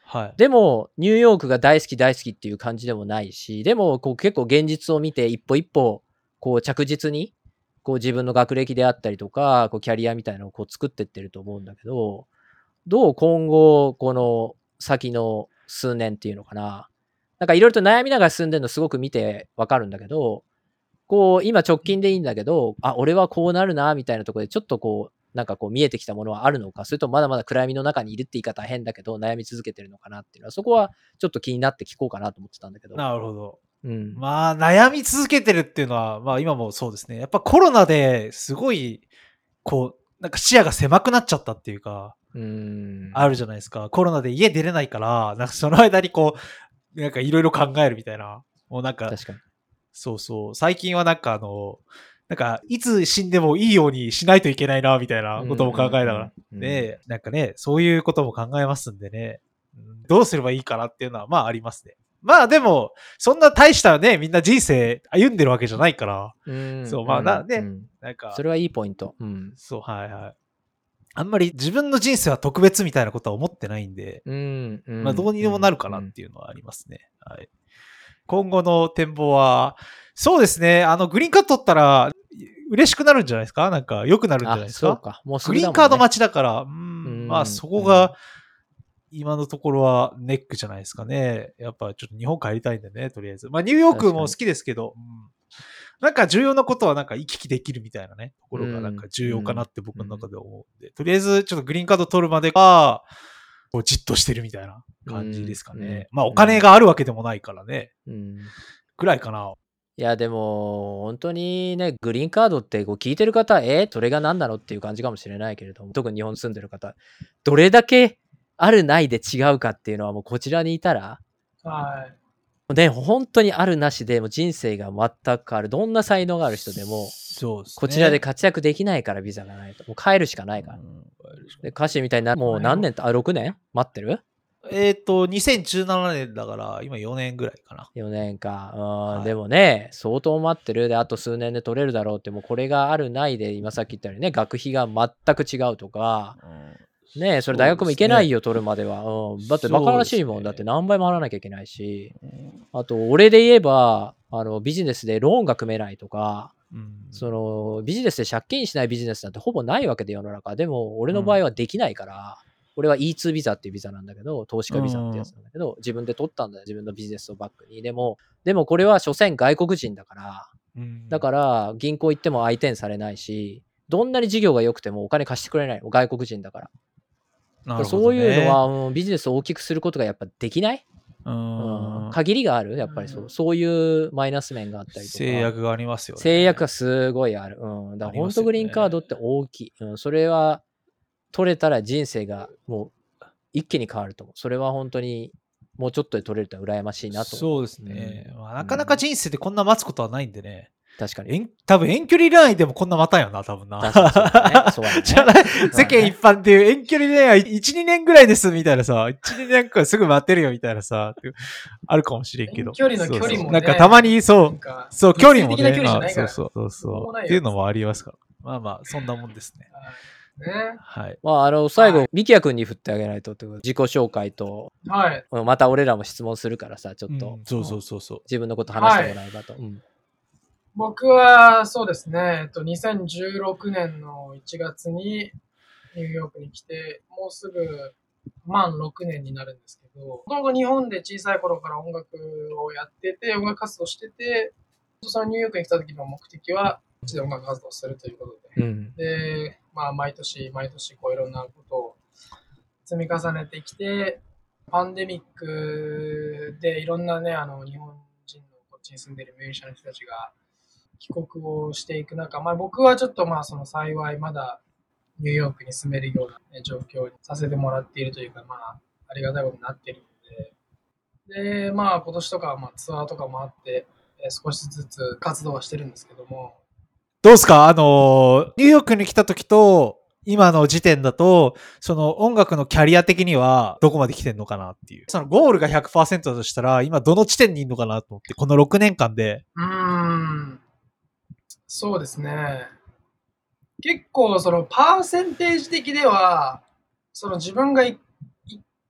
はい。 でも、ニューヨークが大好き大好きっていう感じでもないし、でも、こう結構現実を見て一歩一歩、こう着実に、こう自分の学歴であったりとか、こうキャリアみたいなのをこう作ってってると思うんだけど、どう今後、この先の数年っていうのかな。なんかいろいろと悩みながら進んでるのすごく見てわかるんだけど、こう今直近でいいんだけど、あ、俺はこうなるな、みたいなところでちょっとこう、なんかこう見えてきたものはあるのか、それともまだまだ暗闇の中にいるって言い方は変だけど、悩み続けてるのかなっていうのは、そこはちょっと気になって聞こうかなと思ってたんだけど。 なるほど。 うん。 まあ、悩み続けてるっていうのは、まあ今もそうですね。やっぱコロナですごい、こう、なんか視野が狭くなっちゃったっていうか、 うーん。 あるじゃないですか。コロナで家出れないから、なんかその間にこう、なんかいろいろ考えるみたいな。もうなんか、 確かに。 そうそう。最近はなんかあの、なんか、いつ死んでもいいようにしないといけないな、みたいなことも考えながら。 うんうんうんうんで、なんかね、そういうことも考えますんでね、うんどうすればいいかなっていうのは、まあありますね。まあでも、そんな大したね、みんな人生歩んでるわけじゃないから、 うんそう、まあな、ね、 うんなんか、 それはいいポイント。うん。 そう、はいはい。あんまり自分の人生は特別みたいなことは思ってないんで、 うんうんまあどうにでもなるかなっていうのはありますね。はい。今後の展望は、そうですね、あの、グリーンカード取ったら、嬉しくなるんじゃないですか？なんか、良くなるんじゃないあ、 ですか？ そうか。もうすグぐだもんね。 リーンカード待ちだから、うー、 うんんまあそこうんが、今のところはネックじゃないですかね。やっぱちょっと日本帰りたいんでね、とりあえず。まあニューヨークも好きですけど、うん、なんか重要なことはなんか行き来できるみたいなね、ところがなんか重要かなって僕の中で思うんで、とりあえずちょっとグリーンカード取るまでは、こうじっとしてるみたいな感じですかね。 うんうんまあお金があるわけでもないからね、 うんぐらいかな。 いや、でも、本当にね、グリーンカードってこう聞いてる方、えそれが何なのっていう感じかもしれないけれども、特に日本に住んでる方、どれだけあるないで違うかっていうのはもうこちらにいたら、 はい。 ね、本当にあるなしでもう人生が全く変わる。どんな才能がある人でも、 そうですね。 こちらで活躍できないからビザがないと。もう帰るしかないから。 うんで、歌詞みたいな、もう何年と、あ、ろくねん待ってるえっと、にせんじゅうななねんだから、今よねんぐらいかな。 よねんか。うん、 はいでもね、相当待ってる。で、あと数年で取れるだろうって、もうこれがあるないで、今さっき言ったようにね、学費が全く違うとか、 うん、 ねそれ大学も行けないよ。 よ、取るまでは。うん、だってバカらしいもん。 そうですねだって何倍も払わなきゃいけないし。 うんあと、俺で言えば、あの、ビジネスでローンが組めないとか、 うんその、ビジネスで借金しないビジネスなんてほぼないわけで世の中。でも、俺の場合はできないから、俺は イーツー ビザっていうビザなんだけど、投資家ビザってやつなんだけど、自分で取ったんだよ。自分のビジネスをバックに。でも、でもこれは所詮外国人だから、 うんだから銀行行っても相手にされないし、どんなに事業が良くてもお金貸してくれないの。外国人だから。 なるほどねそういうのは、うん、ビジネスを大きくすることがやっぱできない、 ううんん限りがあるやっぱりそう。そういうマイナス面があったりとか。 制約がありますよね。 制約がすごいある。うん。だから本当グリーンカードって大きい。うん。それは取れたら人生がもう一気に変わると思う。それは本当にもうちょっとで取れると羨ましいなと思う。 そうですね。 うんまあ、なかなか人生でこんな待つことはないんでね。 確かに。 遠多分遠距離恋愛でもこんな待たんよな、多分な。 確かにそうだね。そうだね。 じゃない、世間一般っていう遠距離恋愛いち、にねんぐらいですみたいなさ、いち、にねんくらいすぐ待ってるよみたいなさ、あるかもしれんけど。 遠距離の距離もねそうそうなんかたまにそう、そう、距離もね、 物理的な距離じゃないからまあそうそうそうそう。 しょうもないよっていうのもありますから。まあまあ、そんなもんですね。 ね。 はい。 まあ、あの、最後、 はいミキヤ君に振ってあげないとってこと、自己紹介と、 はい。 うんまた俺らも質問するからさ、ちょっと、 うんそうそうそうそう。 自分のこと話してもらえばと。うん僕はそうですね、えっと、にせんじゅうろくねんのいちがつにニューヨークに来て、もうすぐ満ろくねんになるんですけど、もともと日本で小さい頃から音楽をやってて、音楽活動してて、そのニューヨークに来た時の目的は、こっちで音楽活動するということで、 うんで、まあ、毎年毎年こういろんなことを積み重ねてきて、パンデミックでいろんなね、あの日本人のこっちに住んでるミュージシャンの人たちが帰国をしていく中、まあ、僕はちょっとまあその幸いまだニューヨークに住めるような、ね、状況にさせてもらっているというか、まあ、ありがたいことになっているので、で、まあ今年とかはまあツアーとかもあって、えー少しずつ活動はしてるんですけども、 どうですかあの、ニューヨークに来た時と、今の時点だと、その音楽のキャリア的にはどこまで来てんのかなっていう。そのゴールが ひゃくパーセント だとしたら、今どの地点にいるのかなと思って、このろくねんかんで。 うーん、そうですね。結構そのパーセンテージ的では、その自分がいい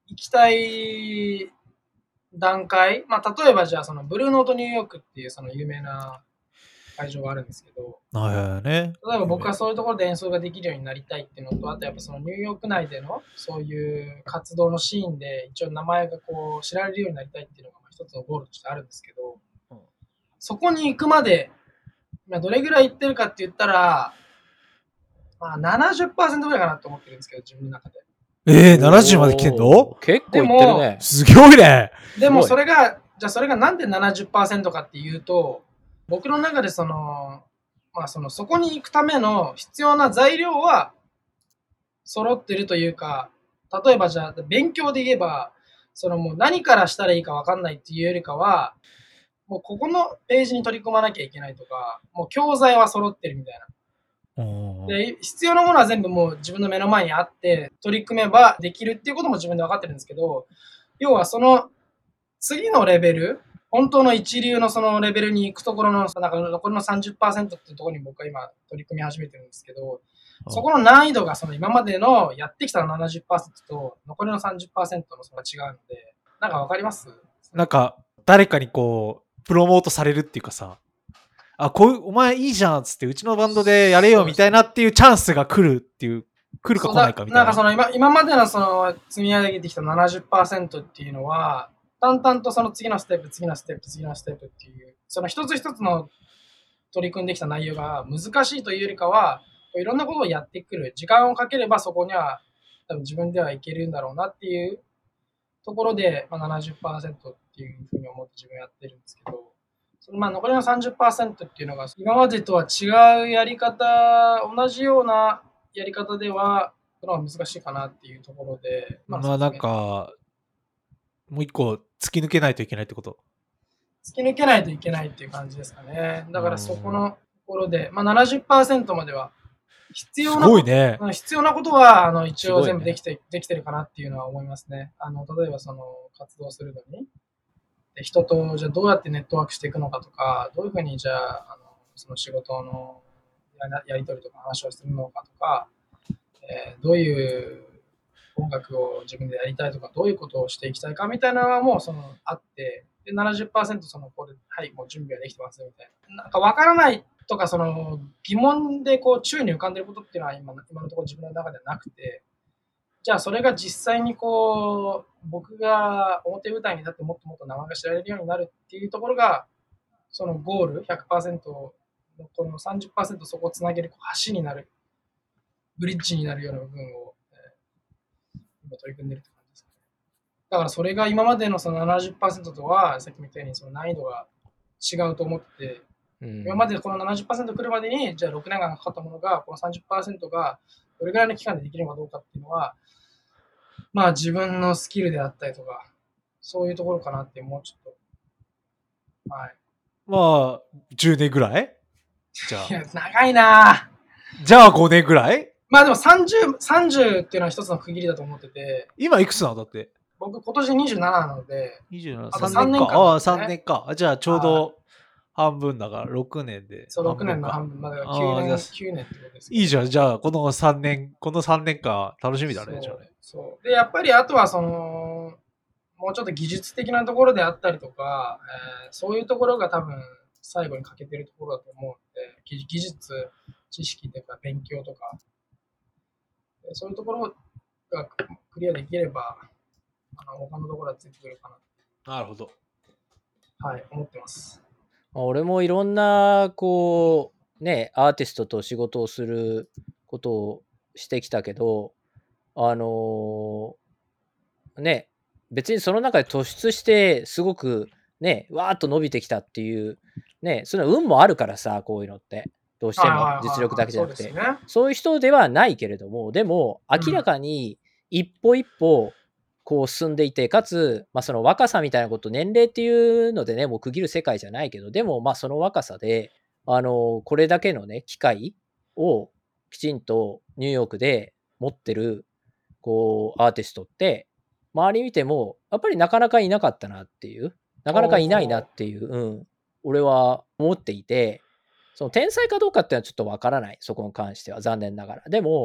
行きたい段階、まあ、例えばじゃあ、そのブルーノートニューヨークっていうその有名な会場があるんですけど、 はいはいね。 例えば僕はそういうところで演奏ができるようになりたいっていうのと、あとやっぱそのニューヨーク内でのそういう活動のシーンで一応名前がこう知られるようになりたいっていうのが一つのゴールとしてあるんですけど、うん、そこに行くまで、まあ、どれぐらい行ってるかって言ったら、まあ、ななじゅっパーセント ぐらいかなと思ってるんですけど、自分の中で。 えー、ななじゅうまで来てんの？ 結構行ってるね。 すごいね。 でもそれが、じゃあそれがなんで ななじゅっパーセント かっていうと、僕の中でその、まあその、そこに行くための必要な材料は揃ってるというか、例えばじゃあ勉強で言えば、そのもう何からしたらいいか分かんないっていうよりかは、もうここのページに取り組まなきゃいけないとか、もう教材は揃ってるみたいな。で、必要なものは全部もう自分の目の前にあって取り組めばできるっていうことも自分で分かってるんですけど、要はその次のレベル、本当の一流のそのレベルに行くところの、なんか残りの さんじゅっパーセント っていうところに僕は今取り組み始めてるんですけど、そこの難易度がその今までのやってきた ななじゅっパーセント と残りの さんじゅっパーセント のその違うので、なんかわかります？ なんか誰かにこうプロモートされるっていうかさ、あ、こういうお前いいじゃんっつってうちのバンドでやれよみたいなっていうチャンスが来るっていう、来るか来ないかみたいな。 なんかその 今, 今までのその積み上げてきた ななじゅっパーセント っていうのは、淡々とその次のステップ、次のステップ、次のステップっていう、その一つ一つの取り組んできた内容が難しいというよりかは、いろんなことをやってくる。時間をかければそこには多分自分ではいけるんだろうなっていうところで、まあ、ななじゅっパーセント っていうふうに思って自分やってるんですけど、そのまあ残りの さんじゅっパーセント っていうのが今までとは違うやり方、同じようなやり方では、それは難しいかなっていうところで、 まあ、まあなんか、もう一個突き抜けないといけないってこと？ 突き抜けないといけないっていう感じですかね。だからそこのところで、まあ、ななじゅっパーセント までは必要なすごいね。 必要なことはあの一応全部できて、ね、できてるかなっていうのは思いますね。あの例えばその活動するのに、で人とじゃあどうやってネットワークしていくのかとか、どういうふうにじゃあ、あのその仕事のや, やり取りとか話をするのかとか、えー、どういう音楽を自分でやりたいとか、どういうことをしていきたいかみたいなのはもうそのあって、で ななじゅっパーセント そのこれ、はい、もう準備はできてますみたいな。なんか分からないとか、その疑問でこう宙に浮かんでることっていうのは 今, 今のところ自分の中ではなくて、じゃあそれが実際にこう僕が表舞台に立ってもっともっと名前が知られるようになるっていうところが、そのゴール ひゃくパーセント のこの さんじゅっパーセント そこをつなげる橋になる、ブリッジになるような部分を、えー、今取り組んでるって感じですかね。だからそれが今までのその ななじゅっパーセント とはさっきも言ったようにその難易度が違うと思って、うん、今までこの ななじゅっパーセント 来るまでにじゃあろくねんかんかかったものがこの さんじゅっパーセント がどれぐらいの期間でできるのかどうかっていうのは、まあ自分のスキルであったりとか、そういうところかなってもうちょっと。はい。 まあ、じゅうねんぐらい？じゃあ。 いや、長いなぁ。 じゃあごねんぐらい？ まあでもさんじゅう、さんじゅうっていうのは一つの区切りだと思ってて。 今いくつなのだって。 僕今年にじゅうなななので。 にじゅうなな、あとさんねんか。ああ、さんねんか。じゃあちょうど半分だからろくねんで。 そう、ろくねんの半分まではきゅうねん、きゅうねんってことです。 いいじゃん。じゃあこのさんねん、このさんねんかん楽しみだね、じゃあね。 そう。で、やっぱりあとはその、もうちょっと技術的なところであったりとか、えー、そういうところが多分最後に欠けてるところだと思うので、技術、知識とか勉強とか、そういうところがクリアできれば、あの他のところはついてくるかな。なるほど。 はい、思ってます。 俺もいろんなこうねアーティストと仕事をすることをしてきたけど、あのー、ね別にその中で突出してすごくねわーっと伸びてきたっていうね、その運もあるからさ、こういうのってどうしても実力だけじゃなくて、そういう人ではないけれども、でも明らかに一歩一歩こう進んでいて、かつ、まあ、その若さみたいなこと、年齢っていうのでね、もう区切る世界じゃないけど、でもまあその若さで、あのこれだけのね機会をきちんとニューヨークで持ってるこうアーティストって周り見てもやっぱりなかなかいなかったなっていう、なかなかいないなっていう、うん、俺は思っていて、その天才かどうかっていうのはちょっとわからない、そこに関しては残念ながら。でも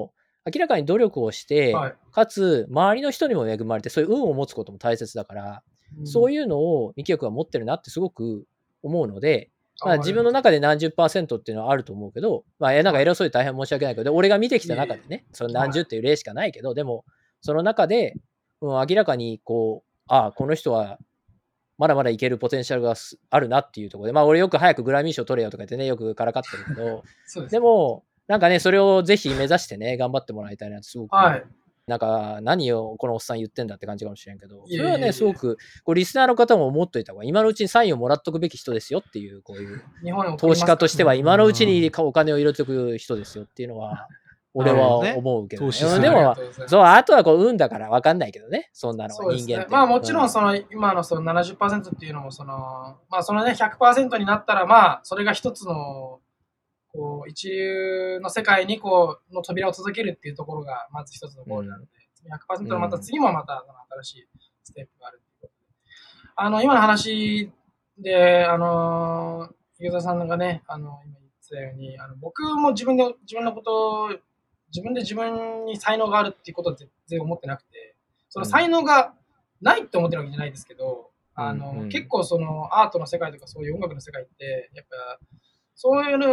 明らかに努力をして、 はい、 かつ周りの人にも恵まれて、そういう運を持つことも大切だから、うん、そういうのをみきおくんは持ってるなってすごく思うので、まあ、自分の中で何十パーセントっていうのはあると思うけど、まあ、なんか偉そうに大変申し訳ないけど、はい、俺が見てきた中でね、その何十っていう例しかないけど、はい、でもその中で、うん、明らかにこう、ああこの人はまだまだいけるポテンシャルがあるなっていうところで、まあ俺よく早くグラミー賞取れよとか言ってね、よくからかってるけど、で, でも、なんかね、それをぜひ目指してね、頑張ってもらいたいなってすごく、はい、なんか何をこのおっさん言ってんだって感じかもしれんけど、それはね、すごくこうリスナーの方も思っといた方が、今のうちにサインをもらっとくべき人ですよっていう、こういう投資家としては今のうちにお金を入れておく人ですよっていうのは、俺は思うけど、ね、どね、でも、そう、あとはこう運だから分かんないけどね、そんなのは人間って。 ね、まあもちろんその、うん、今のその ななじゅっパーセント っていうのもその、まあそのね ひゃくパーセント になったらまあそれが一つのこう一流の世界にこうの扉を続けるっていうところがまず一つのゴールなので、うん、ひゃくパーセント のまた次もまた新しいステップがあるっていうことで、あの今の話であの池田さんがね、あの今言ってたように、あの僕も自分で自分のことを自分で自分に才能があるっていうことは全然思ってなくて、その才能がないって思ってるわけじゃないですけど、うん、あの、うん、結構そのアートの世界とかそういう音楽の世界ってやっぱそういう、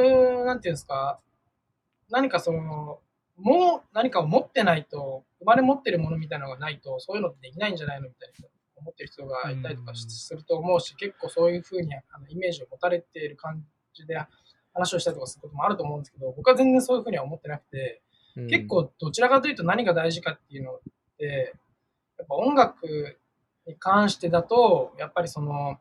なんていうんですか、何かそのもう何かを持ってないと、生まれ持ってるものみたいなのがないとそういうのってできないんじゃないのみたいな思ってる人がいたりとかすると思うし、うん、結構そういうふうにあのイメージを持たれている感じで話をしたりとかすることもあると思うんですけど、僕は全然そういうふうには思ってなくて、うん、結構どちらかというと何が大事かっていうのってやっぱ音楽に関してだとやっぱりその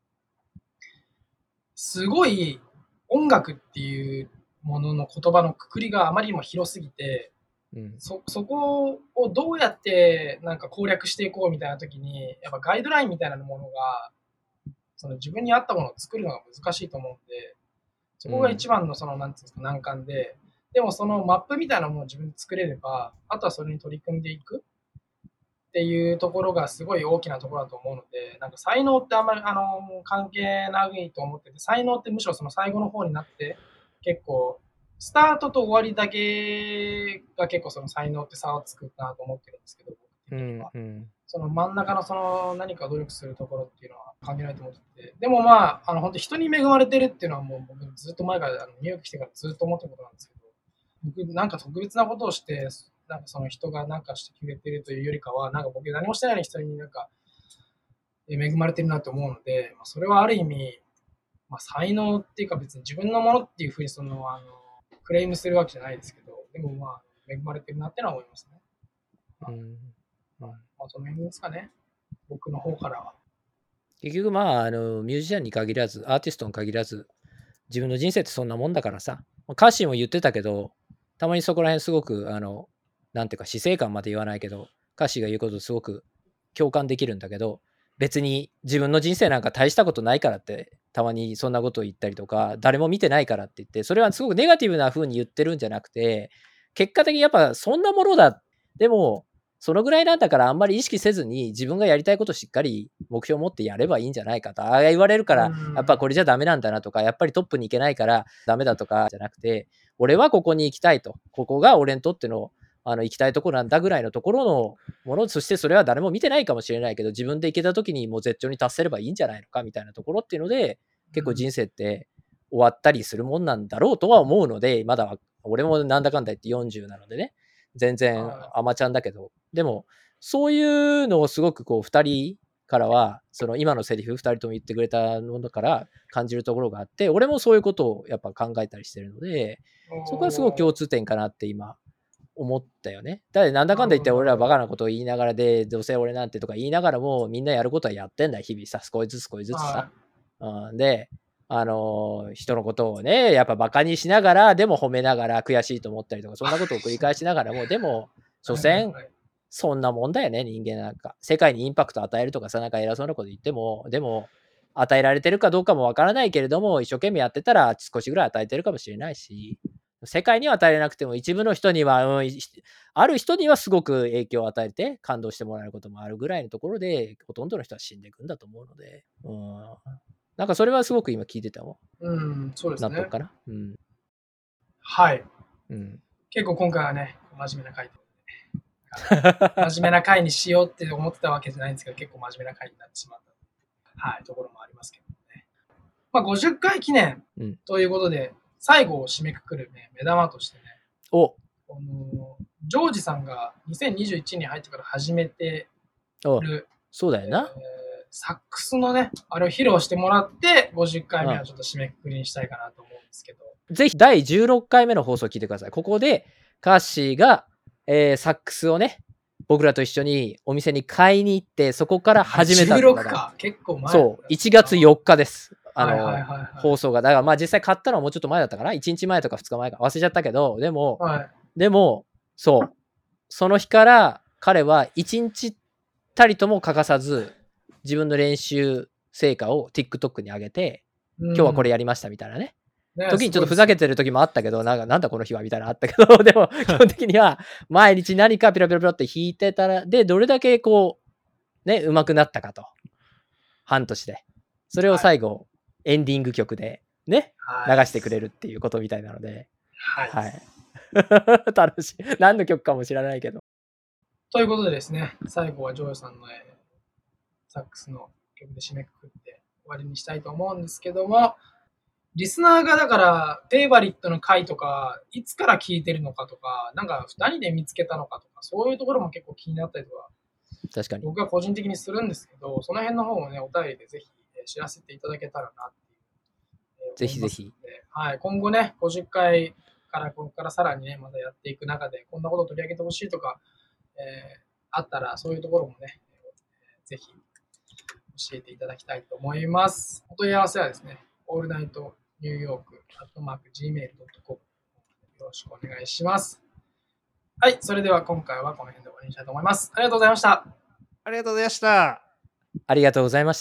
すごい音楽っていうものの言葉のくくりがあまりにも広すぎて、うん、そ, そこをどうやってなんか攻略していこうみたいな時にやっぱガイドラインみたいなものがその自分に合ったものを作るのが難しいと思うんで、そこが一番のそのなんていうんですか難関で、でもそのマップみたいなものを自分で作れれば、あとはそれに取り組んでいくっていうところがすごい大きなところだと思うので、なんか才能ってあんまりあの関係ないと思ってて、才能ってむしろその最後の方になって結構スタートと終わりだけが結構その才能って差をつくなと思ってるんですけど、僕的には、うんうん、その真ん中のその何か努力するところっていうのは関係ないと思ってて、でもまああの本当人に恵まれてるっていうのはもう僕ずっと前からあのニューヨーク来てからずっと思ってることなんですけど、僕なんか特別なことをしてなんかその人がなんかしてくれてるというよりかは、なんか僕何もしてないのに人になんか恵まれてるなと思うので、まあ、それはある意味、まあ、才能っていうか別に自分のものっていうふうにそのあのクレームするわけじゃないですけど、でもまあ恵まれてるなってのは思いますね。まあ、うんまあ、まあ、その辺ですかね、僕の方からは。 結局まああのミュージシャンに限らずアーティストに限らず自分の人生ってそんなもんだからさ、歌詞も言ってたけど、たまにそこら辺すごくあのなんていうか死生観まで言わないけど、歌詞が言うことすごく共感できるんだけど、別に自分の人生なんか大したことないからってたまにそんなことを言ったりとか、誰も見てないからって言って、それはすごくネガティブな風に言ってるんじゃなくて、結果的にやっぱそんなものだ、でもそのぐらいなんだからあんまり意識せずに自分がやりたいことをしっかり目標を持ってやればいいんじゃないかと、ああ言われるからやっぱこれじゃダメなんだなとか、やっぱりトップに行けないからダメだとかじゃなくて、俺はここに行きたいと、ここが俺にとってのあの行きたいところなんだぐらいのところのもの、そしてそれは誰も見てないかもしれないけど、自分で行けた時にもう絶頂に達せればいいんじゃないのかみたいなところっていうので、結構人生って終わったりするもんなんだろうとは思うので、まだ俺もなんだかんだ言ってよんじゅうなのでね、全然アマちゃんだけど、でもそういうのをすごくこうふたりからは、その今のセリフふたりとも言ってくれたのだから感じるところがあって、俺もそういうことをやっぱ考えたりしてるので、そこはすごく共通点かなって今思ったよね。だってなんだかんだ言って俺らバカなことを言いながらで、どうせ俺なんてとか言いながらも、みんなやることはやってんだよ、日々さ、少しずつ少しずつさ。うん、で、あのー、人のことをね、やっぱバカにしながら、でも褒めながら悔しいと思ったりとか、そんなことを繰り返しながらも、でも、所詮、そんなもんだよね、人間なんか。世界にインパクト与えるとかさ、なんか偉そうなこと言っても、でも、与えられてるかどうかもわからないけれども、一生懸命やってたら少しぐらい与えてるかもしれないし、世界には与えれなくても一部の人には、うん、ある人にはすごく影響を与えて感動してもらえることもあるぐらいのところで、ほとんどの人は死んでいくんだと思うので、うん、なんかそれはすごく今聞いてたわ。 うん、そうですね。 納得かな。うん。 はい。うん。結構今回はね、 構真面目な回で、真面目な回にしようって思ってたわけじゃないんですけど、結構真面目な回になってしまった、はい、ところもありますけどね。まあ、ごじゅっかい記念ということで、うん、最後を締めくくる、ね、目玉としてね、 おこのジョージさんがにせんにじゅういちねんに入ってから始めてる、 そうだよな、 えー、サックスのね、あれを披露してもらって、ごじゅっかいめはちょっと締めくくりにしたいかなと思うんですけど。 ぜひだいじゅうろっかいめの放送を聞いてください。ここでカッシーが、えー、サックスをね、僕らと一緒にお店に買いに行って、そこから始めた。 じゅうろくか、結構前。 そう、いちがつよっかです。あの、 はいはいはいはい、 放送が。だからまあ実際買ったのはもうちょっと前だったかな ?いち 日前とかふつかまえか忘れちゃったけど、でも、 はい、 でも、そう、その日から彼はいちにちたりとも欠かさず、自分の練習成果を TikTok に上げて、今日はこれやりましたみたいなね。ね、時にちょっとふざけてる時もあったけど、なんかなんだこの日はみたいなのあったけど、でも基本的には毎日何かピロピロピロって弾いてたら、で、どれだけこう、ね、上手くなったかと。半年で。それを最後、はい、エンディング曲でね、はい、流してくれるっていうことみたいなので。 はい。 はい、楽しい。何の曲かも知らないけど。 ということでですね、最後はジョーさんの、えー、サックスの曲で締めくくって終わりにしたいと思うんですけども、リスナーがだからフェイバリットの回とかいつから聞いてるのかとか、なんか何で見つけたのかとか、そういうところも結構気になったりとか、 確かに僕は個人的にするんですけど、その辺の方をね、お便りでぜひ知らせていただけたらなっていう、 えー、ぜひぜひ、 はい、今後ね、ごじゅっかいからここからさらにね、またやっていく中で、こんなことを取り上げてほしいとか、えー、あったら、そういうところもね、ぜひ教えていただきたいと思います。お問い合わせはですね、オールナイトニューヨークアットマーク ジーメールドットコム よろしくお願いします。はい、それでは今回はこの辺で終わりにしたいと思います。ありがとうございました。 ありがとうございました。 ありがとうございました。